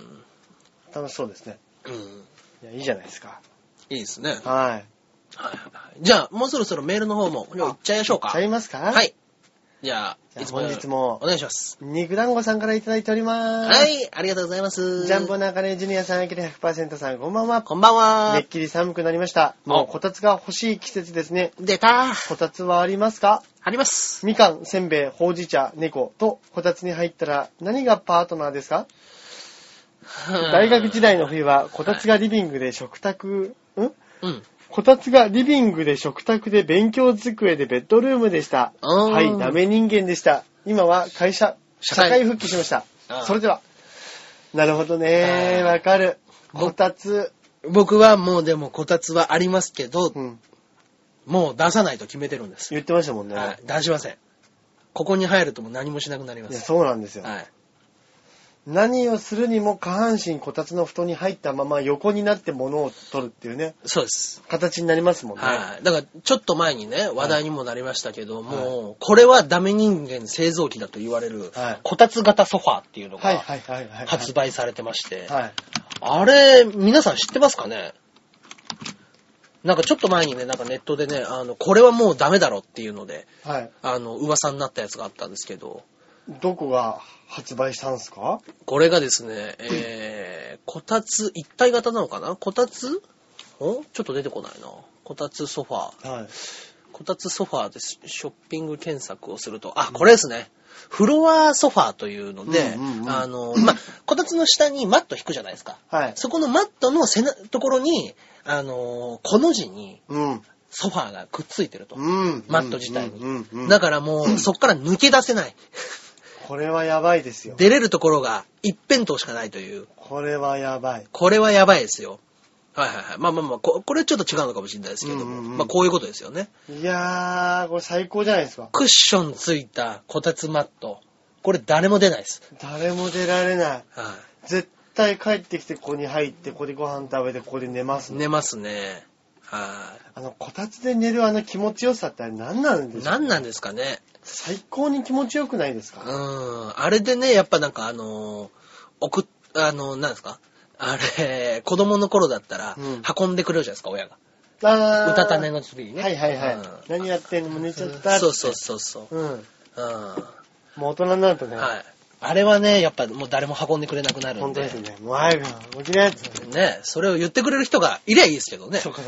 楽しそうですね。 うん。 いや、いいじゃないですか。 いいですね。 はい。 じゃあ、もうそろそろメールの方も、いっちゃいましょうか。 いっちゃいますか？ はい。じゃあ、 本日も、 お願いします。 肉団子さんからいただいております。 はい、ありがとうございます。 ジャンボ中根ジュニアさん、アキラ 100% さん、こんばんは。 こんばんは。 めっきり寒くなりました。もうこたつが欲しい季節ですね。 出た。 こたつはありますか？ あります。 みかん、せんべい、ほうじ茶、猫とこたつに入ったら何がパートナーですか？大学時代の冬はこたつがリビングで食卓、こたつがリビングで食卓で勉強机でベッドルームでした。はい、ダメ人間でした。今は社会復帰しました。それでは。なるほどね。わかる。こたつ。 僕はもうでもこたつはありますけど、もう出さないと決めてるんです。 言ってましたもんね。 はい、出しません。ここに入るともう何もしなくなります。 いや、そうなんですよ。はい。何をするにも下半身こたつの布団に入ったまま横になって物を取るっていうね。 そうです。 形になりますもんね。 はい。だからちょっと前にね、話題にもなりましたけども、これはダメ人間製造機だと言われる、こたつ型ソファーっていうのが発売されてまして、あれ、皆さん知ってますかね？なんかちょっと前にね、なんかネットでね、これはもうダメだろっていうので、噂になったやつがあったんですけど、 どこが発売したんですか？ これがですね、こたつ一体型なのかな？こたつ？ちょっと出てこないな。こたつソファー。はい。こたつソファーでショッピング検索をすると、これですね。フロアソファーというので、こたつの下にマット引くじゃないですか。はい。そこのマットのところに、この字に、ソファーがくっついてると。マット自体に。だからもう、そこから抜け出せない。 これはやばいですよ。 出れるところが一辺倒しかないという。 これはやばい。 これはやばいですよ。はい。まあ、これちょっと違うのかもしれないですけども。こういうことですよね。 いやー、これ最高じゃないですか。 クッションついたこたつマット。これ誰も出ないです。 誰も出られない。はい。絶対帰ってきてここに入って、ここでご飯食べて、ここで寝ますね。 寝ますね。はい。 こたつで寝る気持ちよさって何なんですか？ 何なんですかね。 最高に気持ちよくないですか？ あれでね、やっぱなんかなんですか？あれ、子供の頃だったら、運んでくれるじゃないですか、親が。うたた寝の時にね。 はい。何やってんの？もう寝ちゃったって。 そう。 もう大人になるとね。 はい。あれはね、やっぱもう誰も運んでくれなくなるんで。 本当ですね。もう早く起きれって。 ね、それを言ってくれる人がいりゃいいですけどね。 そっか。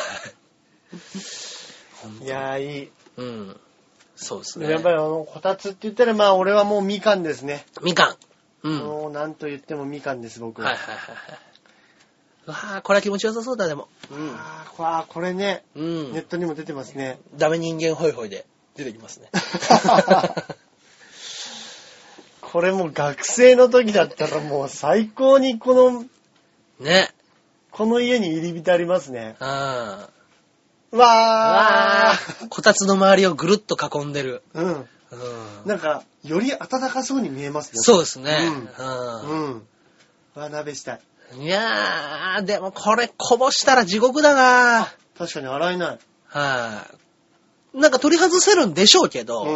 いやー、いい。 そうですね。 やっぱりこたつって言ったら、俺はもうみかんですね。 みかん。 もうなんと言ってもみかんです、僕は。 はい。わあ、これは気持ちよさそうだ、でも。 これね、ネットにも出てますね。 ダメ人間ホイホイで出てきますね。 これもう学生の時だったらもう最高にこの家に入り浸りますね。わー。 こたつの周りをぐるっと囲んでる。 なんか、より暖かそうに見えますね。 そうですね。 鍋したい。 いやー、でもこれこぼしたら地獄だな。 確かに洗えない。 なんか取り外せるんでしょうけど。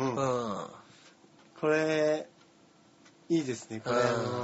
これ、いいですね。こ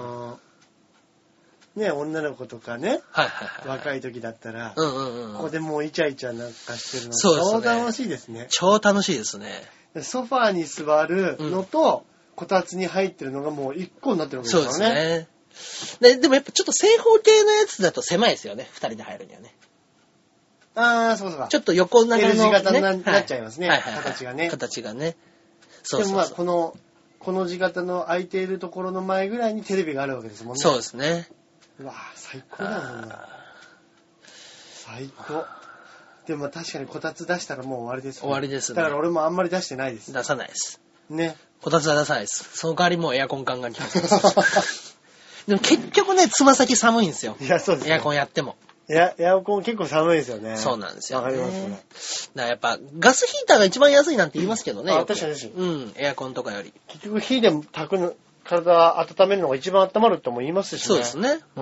れ女の子とかね。若い時だったら、ここでもうイチャイチャなんかしてるの超楽しいですね。 超楽しいですね。 ソファーに座るのと、こたつに入ってるのがもう一個になってるわけですからね。 そうですね。でもやっぱちょっと正方形のやつだと狭いですよね。二人で入るにはね。 そうか。 ちょっと横長の L 字型になっちゃいますね。形がね。 形がね。 でもこの字型の空いているところの前ぐらいにテレビがあるわけですもんね。 そうですね。 うわぁ、最高だもんな。最高。 でも確かにこたつ出したらもう終わりです、ね。 終わりですね。 だから俺もあんまり出してないです。 出さないです。 ね。 こたつは出さないです。その代わりもうエアコンガンガンに入ってます。でも結局ね、つま先寒いんですよ。 いや、そうです、ね。 エアコンやっても。 エアコン結構寒いですよね。 そうなんですよ、 ね。わかりますね。 だからやっぱ、ガスヒーターが一番安いなんて言いますけどね。 あ、確かに確かに。 うん、エアコンとかより。 結局火で炊くの、体温めるのが一番温まるとも言いますしね。 そうですね。 うん。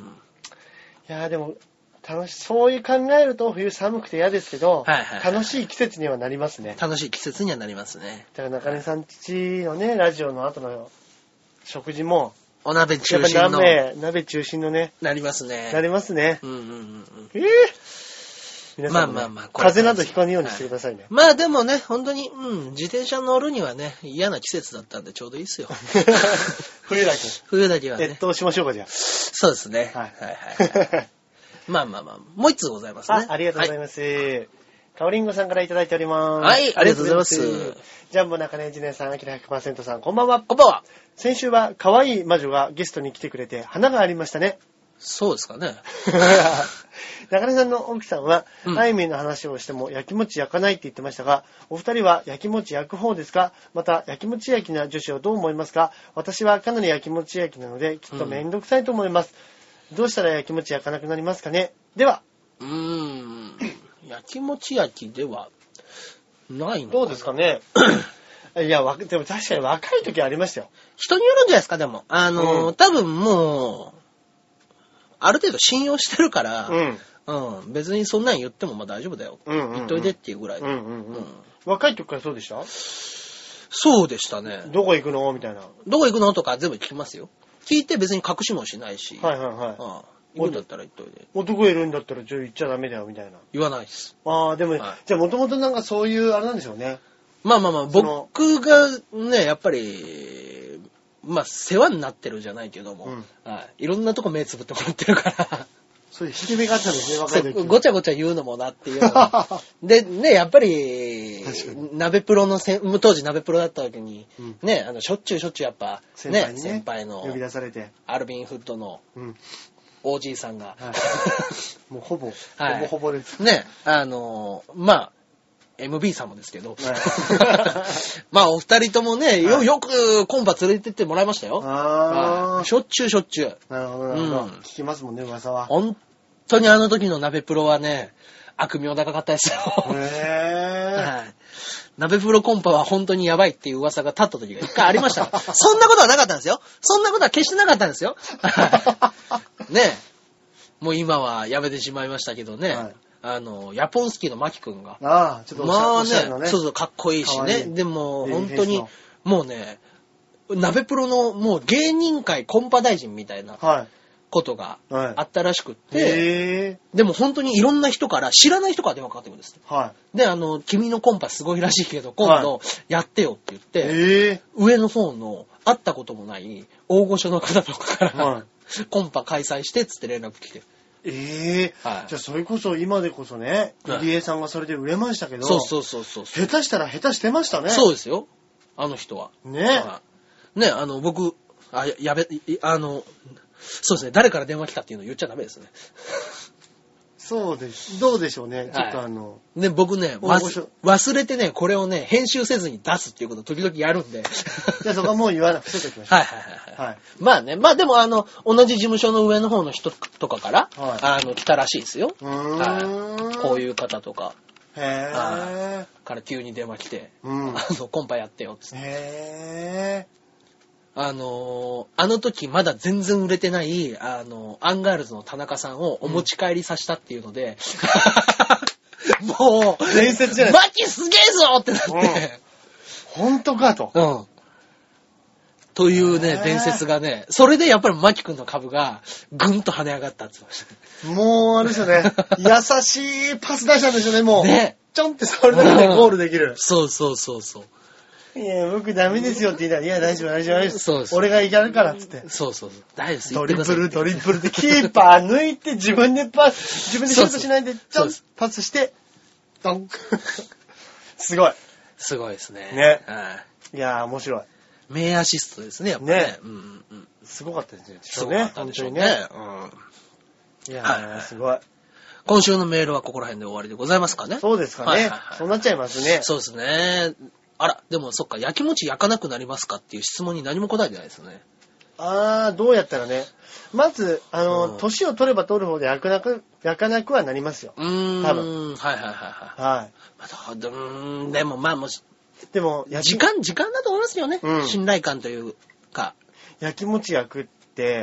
いやでも、そういう考えると冬寒くて嫌ですけど、はいはいはい、楽しい季節にはなりますね。 楽しい季節にはなりますね。 だから中根さんちのね、ラジオの後の食事も、 お鍋中心の。 鍋中心のね。 なりますね。 なりますね。 うんうんうん。 皆さん、ね、まあ。風邪などひかないようにしてくださいね。はい、 まあでもね、本当に、自転車乗るにはね、嫌な季節だったんでちょうどいいですよ。 冬だけ。 冬だけはね。 越冬しましょうか、じゃあ。 そうですね。はいはいはい。まあ。もう一つございますね。 ありがとうございます。はい、かおりんごさんからいただいております。 はい、ありがとうございます。 ジャンボ中根一年さん、あきら 100% さん、こんばんは。 こんばんは。 先週は可愛い魔女がゲストに来てくれて花がありましたね。 そうですかね。 中根さんの奥さんは、あいみんの話をしても焼き餅焼かないって言ってましたが、お二人は焼き餅焼く方ですか？また、焼き餅焼きな女子をどう思いますか？私はかなり焼き餅焼きなので、きっとめんどくさいと思います。どうしたら焼き餅焼かなくなりますかね？では。 焼き餅焼きではないのかな。 どうですかね。いや、でも確かに若い時ありましたよ。 人によるんじゃないですか、でも。多分もう、ある程度信用してるから、別にそんなん言ってもまあ大丈夫だよ。言っといてっていうぐらい。 若い時からそうでした？ そうでしたね。 どこ行くのみたいな。 どこ行くのとか全部聞きますよ。聞いて別に隠しもしないし。 はいはいはい。 行くんだったら言っといて。 男いるんだったら言っちゃダメだよみたいな。 言わないです。 ああ、でも、じゃあもともとなんかそういうあれなんでしょうね。 まあ、僕がね、やっぱり、世話になってるじゃないけども、いろんなとこ目つぶってもらってるから。 そういう引き目があったんですね、若い時。 ごちゃごちゃ言うのもなっていうのが。で、ね、やっぱり、鍋プロの当時鍋プロだった時に、ね、しょっちゅうやっぱ、ね、先輩の、 呼び出されて。 アルビンフッドの、おじいさんが、 もうほぼです。 ね、MB さんもですけど、お二人ともね、よくコンパ連れてってもらいましたよ。しょっちゅう。 なるほど、聞きますもんね、噂は。 本当にあの時の鍋プロはね、悪名高かったですよ。鍋プロコンパは本当にやばいっていう噂が立った時が一回ありました。そんなことはなかったんですよ。そんなことは決してなかったんですよ。ね、もう今はやめてしまいましたけどね。ヤポンスキーのマキ君が。 ちょっとおしゃれのね。 そう、かっこいいしね。でも、本当に、もうね、鍋プロのもう芸人界コンパ大臣みたいなことがあったらしくって、でも本当にいろんな人から、知らない人から電話かかってくるんです。で、君のコンパすごいらしいけど、今度やってよって言って、上の方の会ったこともない大御所の方とかから、コンパ開催してっつって連絡来て。じゃあそれこそ今でこそね、入江さんがそれで売れましたけど、 そう。下手したら下手してましたね。 そうですよ。あの人は。ね、僕、そうですね、誰から電話来たっていうの言っちゃダメですね。 そうです。どうでしょうね。ちょっとね、僕ね、忘れてね、これをね、編集せずに出すっていうことを時々やるんで。 じゃあそこはもう言わなくておきましょう。 はい。まあね、でも同じ事務所の上の方の人とかから、来たらしいですよ。こういう方とか。から急に電話来て、コンパやってよ、つって。あの時まだ全然売れてない、アンガールズの田中さんをお持ち帰りさせたっていうので、もう、 伝説じゃないマキすげえぞってなって、 本当かと。 というね、伝説がね、それでやっぱりマキ君の株がぐんと跳ね上がったって言ってましたね。 もう、あれですよね。優しいパス出したんですよね、もう。 ね。 ちょんってそれだけでゴールできる。 そう。 いや、僕ダメですよって言ったら、いや、大丈夫。そう。俺がやるからっつって。 そう。大丈夫です。 ドリブルでキーパー抜いて自分でシュートしないで、ちょんパスして、ドン。すごい。 すごいですね。 ね。いや、面白い。 名アシストですね、やっぱね。 すごかったですね。 すごかったでしょうね。 いや、すごい。 今週のメールはここら辺で終わりでございますかね。 そうですかね。はいはいはい、そうなっちゃいますね。 そうですね。あら、でもそっか、焼き餅焼かなくなりますかっていう質問に何も答えてないですよね。 どうやったらね。まず、年を取れば取るほど焼かなくはなりますよ。多分。 はいはいはいはい。はい。でもまあもし、でも、時間だと思いますよね。信頼感というか。 焼き餅焼くって、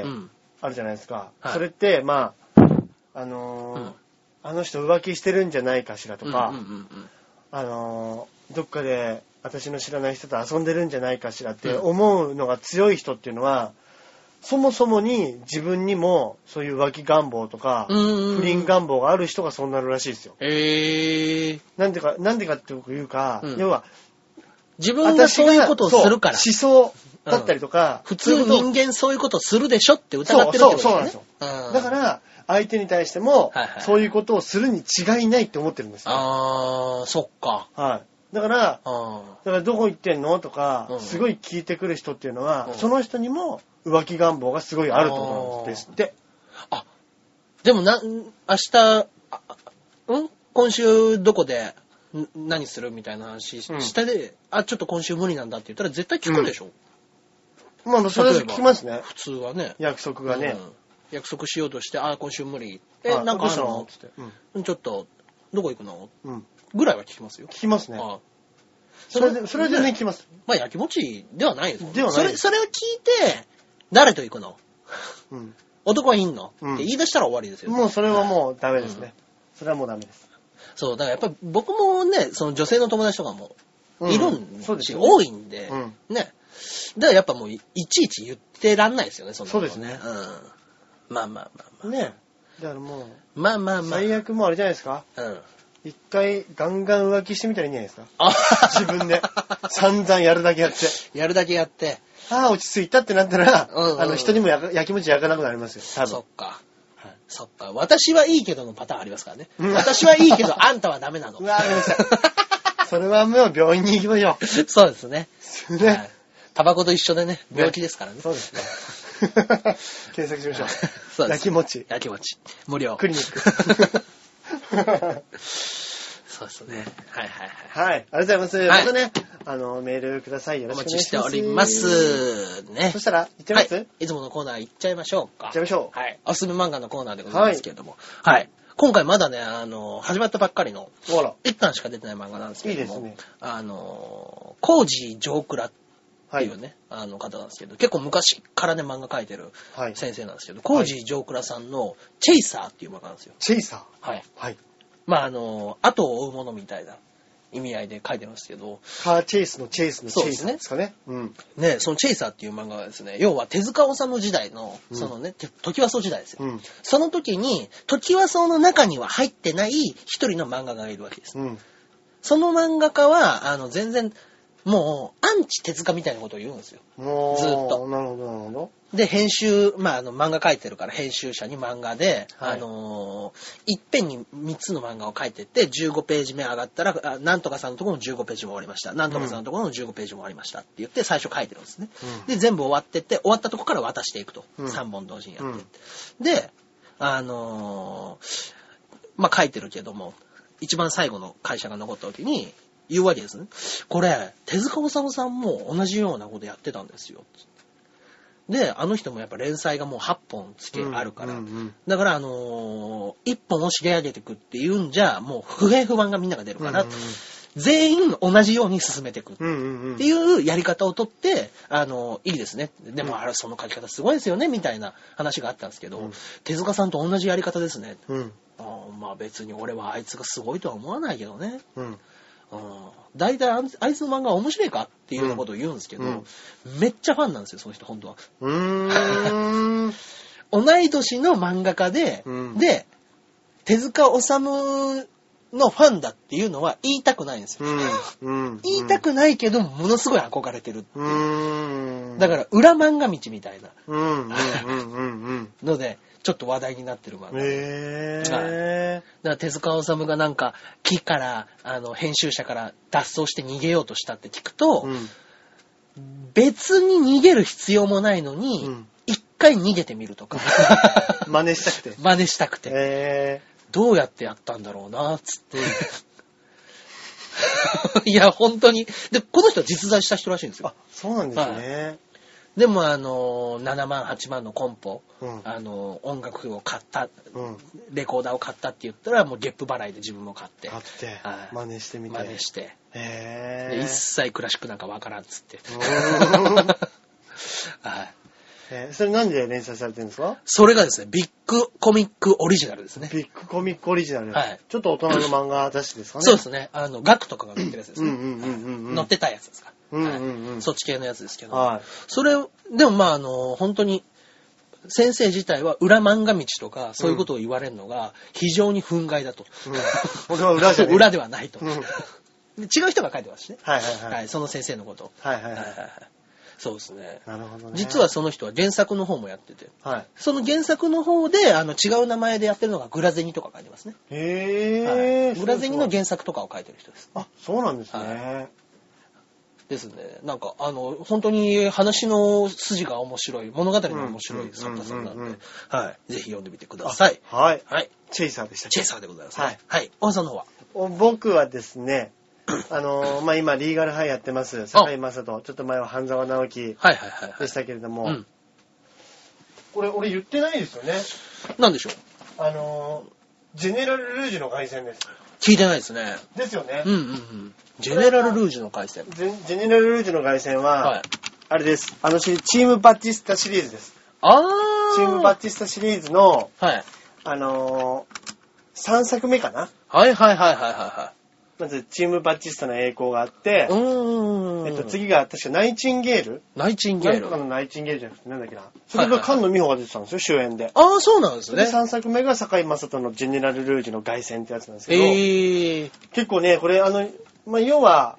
あるじゃないですか。はい、それって、まあ、あの人浮気してるんじゃないかしらとか、どっかで私の知らない人と遊んでるんじゃないかしらって思うのが強い人っていうのは、そもそもに自分にもそういう浮気願望とか、不倫願望がある人がそうなるらしいですよ。なんでかっていうか、要は、 自分がそういうことをするから。 思想だったりとか、 普通人間そういうことをするでしょって疑ってるってことですね。 そうなんですよ。だから、相手に対しても、そういうことをするに違いないって思ってるんですよ。 そっか。 はい。だからどこ行ってんのとか、すごい聞いてくる人っていうのは、その人にも浮気願望がすごいあると思うんですって。 でも明日、今週どこで何するみたいな話してで、ちょっと今週無理なんだって言ったら絶対聞くでしょ。 まあ、それ聞きますね。 普通はね。 約束がね。 約束しようとして、今週無理。なんかあるのつって。ちょっと、どこ行くのぐらいは聞きますよ。 聞きますね。それで聞きます。 まあ、焼き餅ではないです。 ではない。 それを聞いて、誰と行くの男はいんのって言い出したら終わりですよ。 もうそれはもうダメですね。それはもうダメです。 そう、だからやっぱり僕もね、その女性の友達とかもいるんですし、多いんで、ね。だからやっぱもういちいち言ってらんないですよね、そんなことね。 そうですね。 まあ。 ね。だからもう、 まあ。 最悪もうあれじゃないですか。一回ガンガン浮気してみたらいいんじゃないですか。自分で。散々やるだけやって。落ち着いたってなったら、人にも焼き餅焼かなくなりますよ。多分。 そっか。私はいいけどのパターンありますからね。私はいいけど、あんたはダメなの。 ごめんなさい。それはもう病院に行きましょう。 そうですね。タバコと一緒でね、病気ですからね。 そうですね。検索しましょう。焼き餅。 無料。 クリニック。 そうですね。はい。 ありがとうございます。またね、メールください。よろしくお願いします。 お待ちしておりますね。 そしたら、行っちゃいます？ いつものコーナー行っちゃいましょうか。 行っちゃいましょう。 はい。おすすめ漫画のコーナーでございますけれども。はい。今回まだね、始まったばっかりの、1巻しか出てない漫画なんですけども、いいですね。コージ上倉っていうね、方なんですけど、結構昔からね、漫画描いてる先生なんですけど、コージ上倉さんのチェイサーっていう漫画なんですよ。 チェイサー？はい。まあ、後を追うものみたいな意味合いで書いてるんですけど。 カーチェイスのチェイスのチェイサーですかね。 ね、そのチェイサーっていう漫画はですね、要は手塚治虫時代の、そのね、トキワ荘時代ですよ。その時に、トキワ荘の中には入ってない一人の漫画家がいるわけです。その漫画家は、全然、もう、アンチ手塚みたいなことを言うんですよ。ずっと。 なるほど。 で、編集、漫画描いてるから編集者に漫画で、いっぺんに3つの漫画を描いてって、15ページ目上がったら、なんとかさんのところの15ページも終わりました。なんとかさんのところの15ページも終わりましたって言って最初書いてるんですね。で、全部終わってって、終わったところから渡していくと。3本同時にやって。で、書いてるけども、一番最後の会社が残った時に、言うわけですね。これ、手塚治虫さんも同じようなことやってたんですよ。で、あの人もやっぱ連載がもう8本あるから。だから、1本を仕上げていくっていうんじゃ、もう不平不満がみんなが出るから、全員同じように進めていくっていうやり方をとって、いいですね。でも、その書き方すごいですよね、みたいな話があったんですけど、手塚さんと同じやり方ですね。別に俺はあいつがすごいとは思わないけどね。大体あいつの漫画は面白いかっていうようなことを言うんですけど、めっちゃファンなんですよ、その人、本当は。同い年の漫画家で、で、手塚治虫のファンだっていうのは言いたくないんですよ。言いたくないけど、ものすごい憧れてるっていう。だから、裏漫画道みたいな。ので、ちょっと話題になってる漫画。だから手塚治虫がなんか木から編集者から脱走して逃げようとしたって聞くと、別に逃げる必要もないのに、一回逃げてみるとか。 真似したくて。 どうやってやったんだろうな、つって。いや、本当に。で、この人は実在した人らしいんですよ。 あ、そうなんですね。はい、 でも7万、8万のコンポ、音楽を買った、レコーダーを買ったって言ったら、もうゲップ払いで自分も買って。真似してみて。真似して。で一切クラシックなんかわからんっつって。 はい。それ何で連載されてるんですか？ それがですね、ビッグコミックオリジナルですね。 ビッグコミックオリジナル。はい。ちょっと大人の漫画雑誌ですかね。 そうですね。ガクとかが載ってるやつですね。載ってたやつですか。そっち系のやつですけど。はい。それ、でも本当に、先生自体は裏漫画道とか、そういうことを言われるのが、非常に憤慨だと。 これは裏じゃねえ。 裏ではないと。違う人が書いてますしね。はい。その先生のことを。そうですね。なるほどね。実はその人は原作の方もやってて。はい。その原作の方で、違う名前でやってるのがグラゼニとか書いてますね。へー。グラゼニの原作とかを書いてる人です。 あ、そうなんですね。 ですね。なんか、本当に話の筋が面白い、物語が面白い作家さんなんで、はい。ぜひ読んでみてください。 はい。はい。チェイサーでした。 チェイサーでございます。はい。はい。大橋さんの方は？ 僕はですね、今、リーガルハイやってます。堺雅人。ちょっと前は半沢直樹でしたけれども。これ、俺言ってないですよね。 なんでしょう？ジェネラル・ルージュの凱旋です。 聞いてないですね。 ですよね。 ジェネラル・ルージュの凱旋。 ジェネラル・ルージュの凱旋は、あれです。チーム・バッチスタシリーズです。チーム・バッチスタシリーズの、3作目かな？ はい。 まず、チームバッチスタの栄光があって、次が確かナイチンゲール。なんとかのナイチンゲールじゃなくて、なんだっけな。それが菅野美穂が出てたんですよ、主演で。 ああ、そうなんですね。 で、3作目が堺雅人のジェネラル・ルージュの凱旋ってやつなんですけど、結構ね、これ、要は、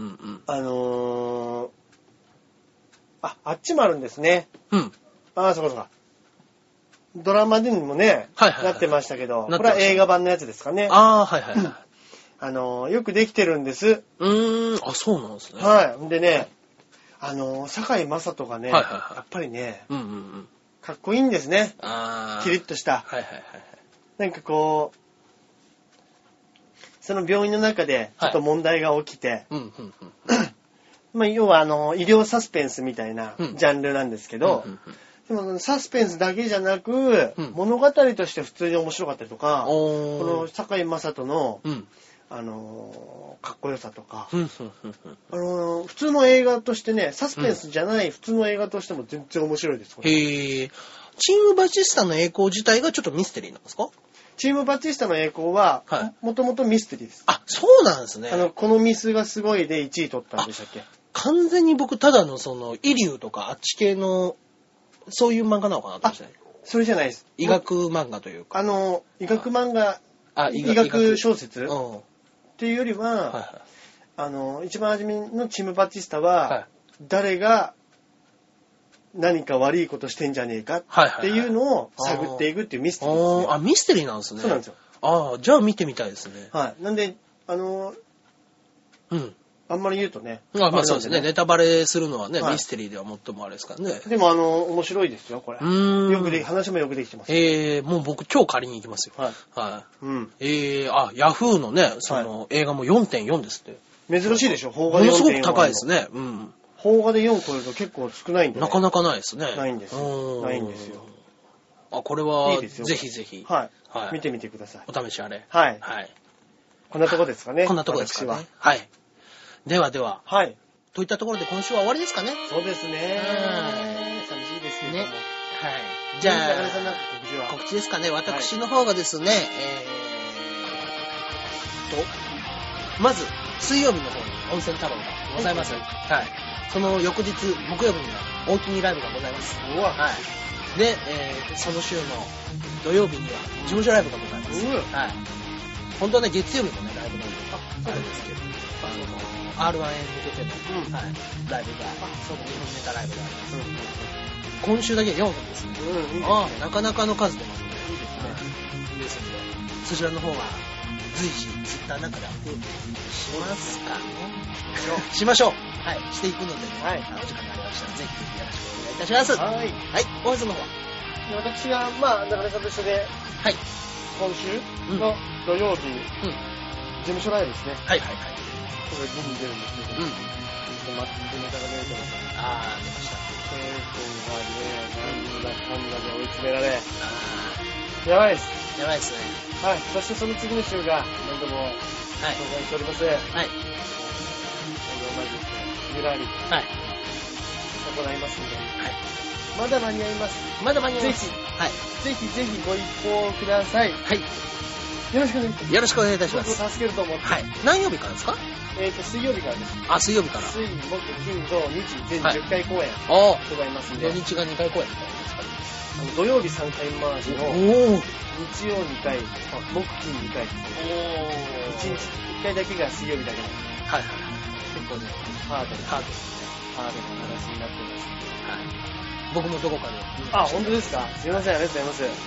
あっちもあるんですね。ああ、そうか。ドラマでもね、なってましたけど、これは映画版のやつですかね。 ああ、はい。 よくできてるんです。 あ、そうなんですね。 はい。でね、堺雅人がね、やっぱりね、かっこいいんですね。キリッとした。なんかこう、その病院の中でちょっと問題が起きて、要は医療サスペンスみたいなジャンルなんですけど、でもサスペンスだけじゃなく、物語として普通に面白かったりとか、この堺雅人の、かっこよさとか、普通の映画としてね、サスペンスじゃない普通の映画としても全然面白いです。 へー。チームバチスタの栄光自体がちょっとミステリーなんですか？ チームバチスタの栄光は、もともとミステリーです。 あ、そうなんですね。 このミスがすごいで1位取ったんでしたっけ？ 完全に僕、ただのイリューとかあっち系の、そういう漫画なのかなと思って。 それじゃないです。 医学漫画というか。 医学漫画、医学小説っていうよりは、一番初めのチームバチスタは、誰が何か悪いことしてんじゃねえかっていうのを探っていくっていうミステリーですね。 あ、ミステリーなんですね。 そうなんですよ。 ああ、じゃあ見てみたいですね。 はい。なんで、あんまり言うとね。 まあそうですね。ネタバレするのはね、ミステリーでは最もあれですからね。 でも面白いですよ、これ。話もよくできてます。 もう僕今日借りに行きますよ。はい。ヤフーのね、映画も 4.4 ですって。 珍しいでしょ、邦画で 4.4。 ものすごく高いですね。 邦画で4超えると結構少ないんで。 なかなかないですね。 ないんですよ。ないんですよ。 これは、ぜひぜひ。 はい。見てみてください。 お試しあれ。 はい。こんなとこですかね。 こんなとこですかね。はい。では。 はい。 といったところで今週は終わりですかね。 そうですね。寂しいですね。はい。 じゃあ、告知ですかね。私の方がですね、まず、水曜日の方に温泉太郎がございます。はい。その翌日、木曜日には大きにライブがございます。はい。で、その週の土曜日には事務所ライブがございます。はい。本当はね、月曜日もね、ライブなんで、あるんですけど、R1 へ向けての、ライブが、そういうネタライブがあります。今週だけ4本ですね。なかなかの数出ますね。いいですね。ですので、そちらの方は随時ツイッターなんかでアップしますかね。しましょう。はい。していくので、お時間がありましたら、ぜひよろしくお願いいたします。はい。大橋さんの方は？ 私が、中根さんと一緒で、今週の土曜日、事務所ライブですね。 はいはいはい。 これ見に出るんですけど、ちょっと待ってネタが出ると思った。 出ました。 なんだかんだで追い詰められ。やばいです。 やばいですね。 はい。そしてその次の週が、何度も紹介しております。はい。まず、ゆらり。はい。行いますので。はい。まだ間に合います。 まだ間に合います。 ぜひ、はい。ぜひぜひご一報ください。はい。よろしくお願いします。 よろしくお願いいたします。 僕を助けると思って。 はい。何曜日からですか？ 水曜日からです。 水曜日から。 水、木、金、土、日、全10回公演。ございますんで。 土日が2回公演みたいですか？ 土曜日3回回しの、日曜2回、木、金2回。1日1回だけが水曜日だけなんです。はいはい。結構ね、ハードな話になってます。はい。 僕もどこかで。 本当ですか？すいません、ありがとうございます。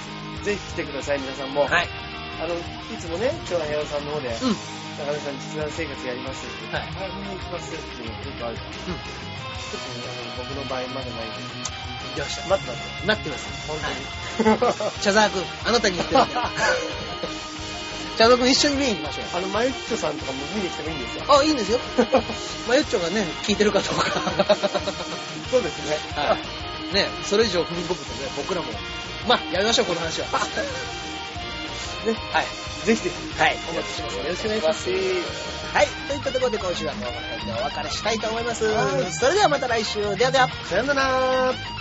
ぜひ来てください、皆さんも。はい。いつもね、今日は平尾さんの方で、中根さん実弾生活やります。はい。見に行きますっていうのがよくあるから。ちょっと僕の場合まだないんで。 行きました。 待ってます。 待ってます。本当に。茶沢くん、あなたに言ってるんだよ。茶沢くん一緒に見に行きましょう。 マユッチョさんとかも見に来てもいいんですよ。 いいんですよ。マユッチョがね、聞いてるかどうか。 そうですね。 はい。ね、それ以上踏み込むとね、僕らも、やりましょう、この話は。ね、はい。 ぜひぜひ。 はい。お待ちしてます。よろしくお願いします。はい。といったところで今週はこの辺でお別れしたいと思います。それではまた来週。ではでは。 さよなら。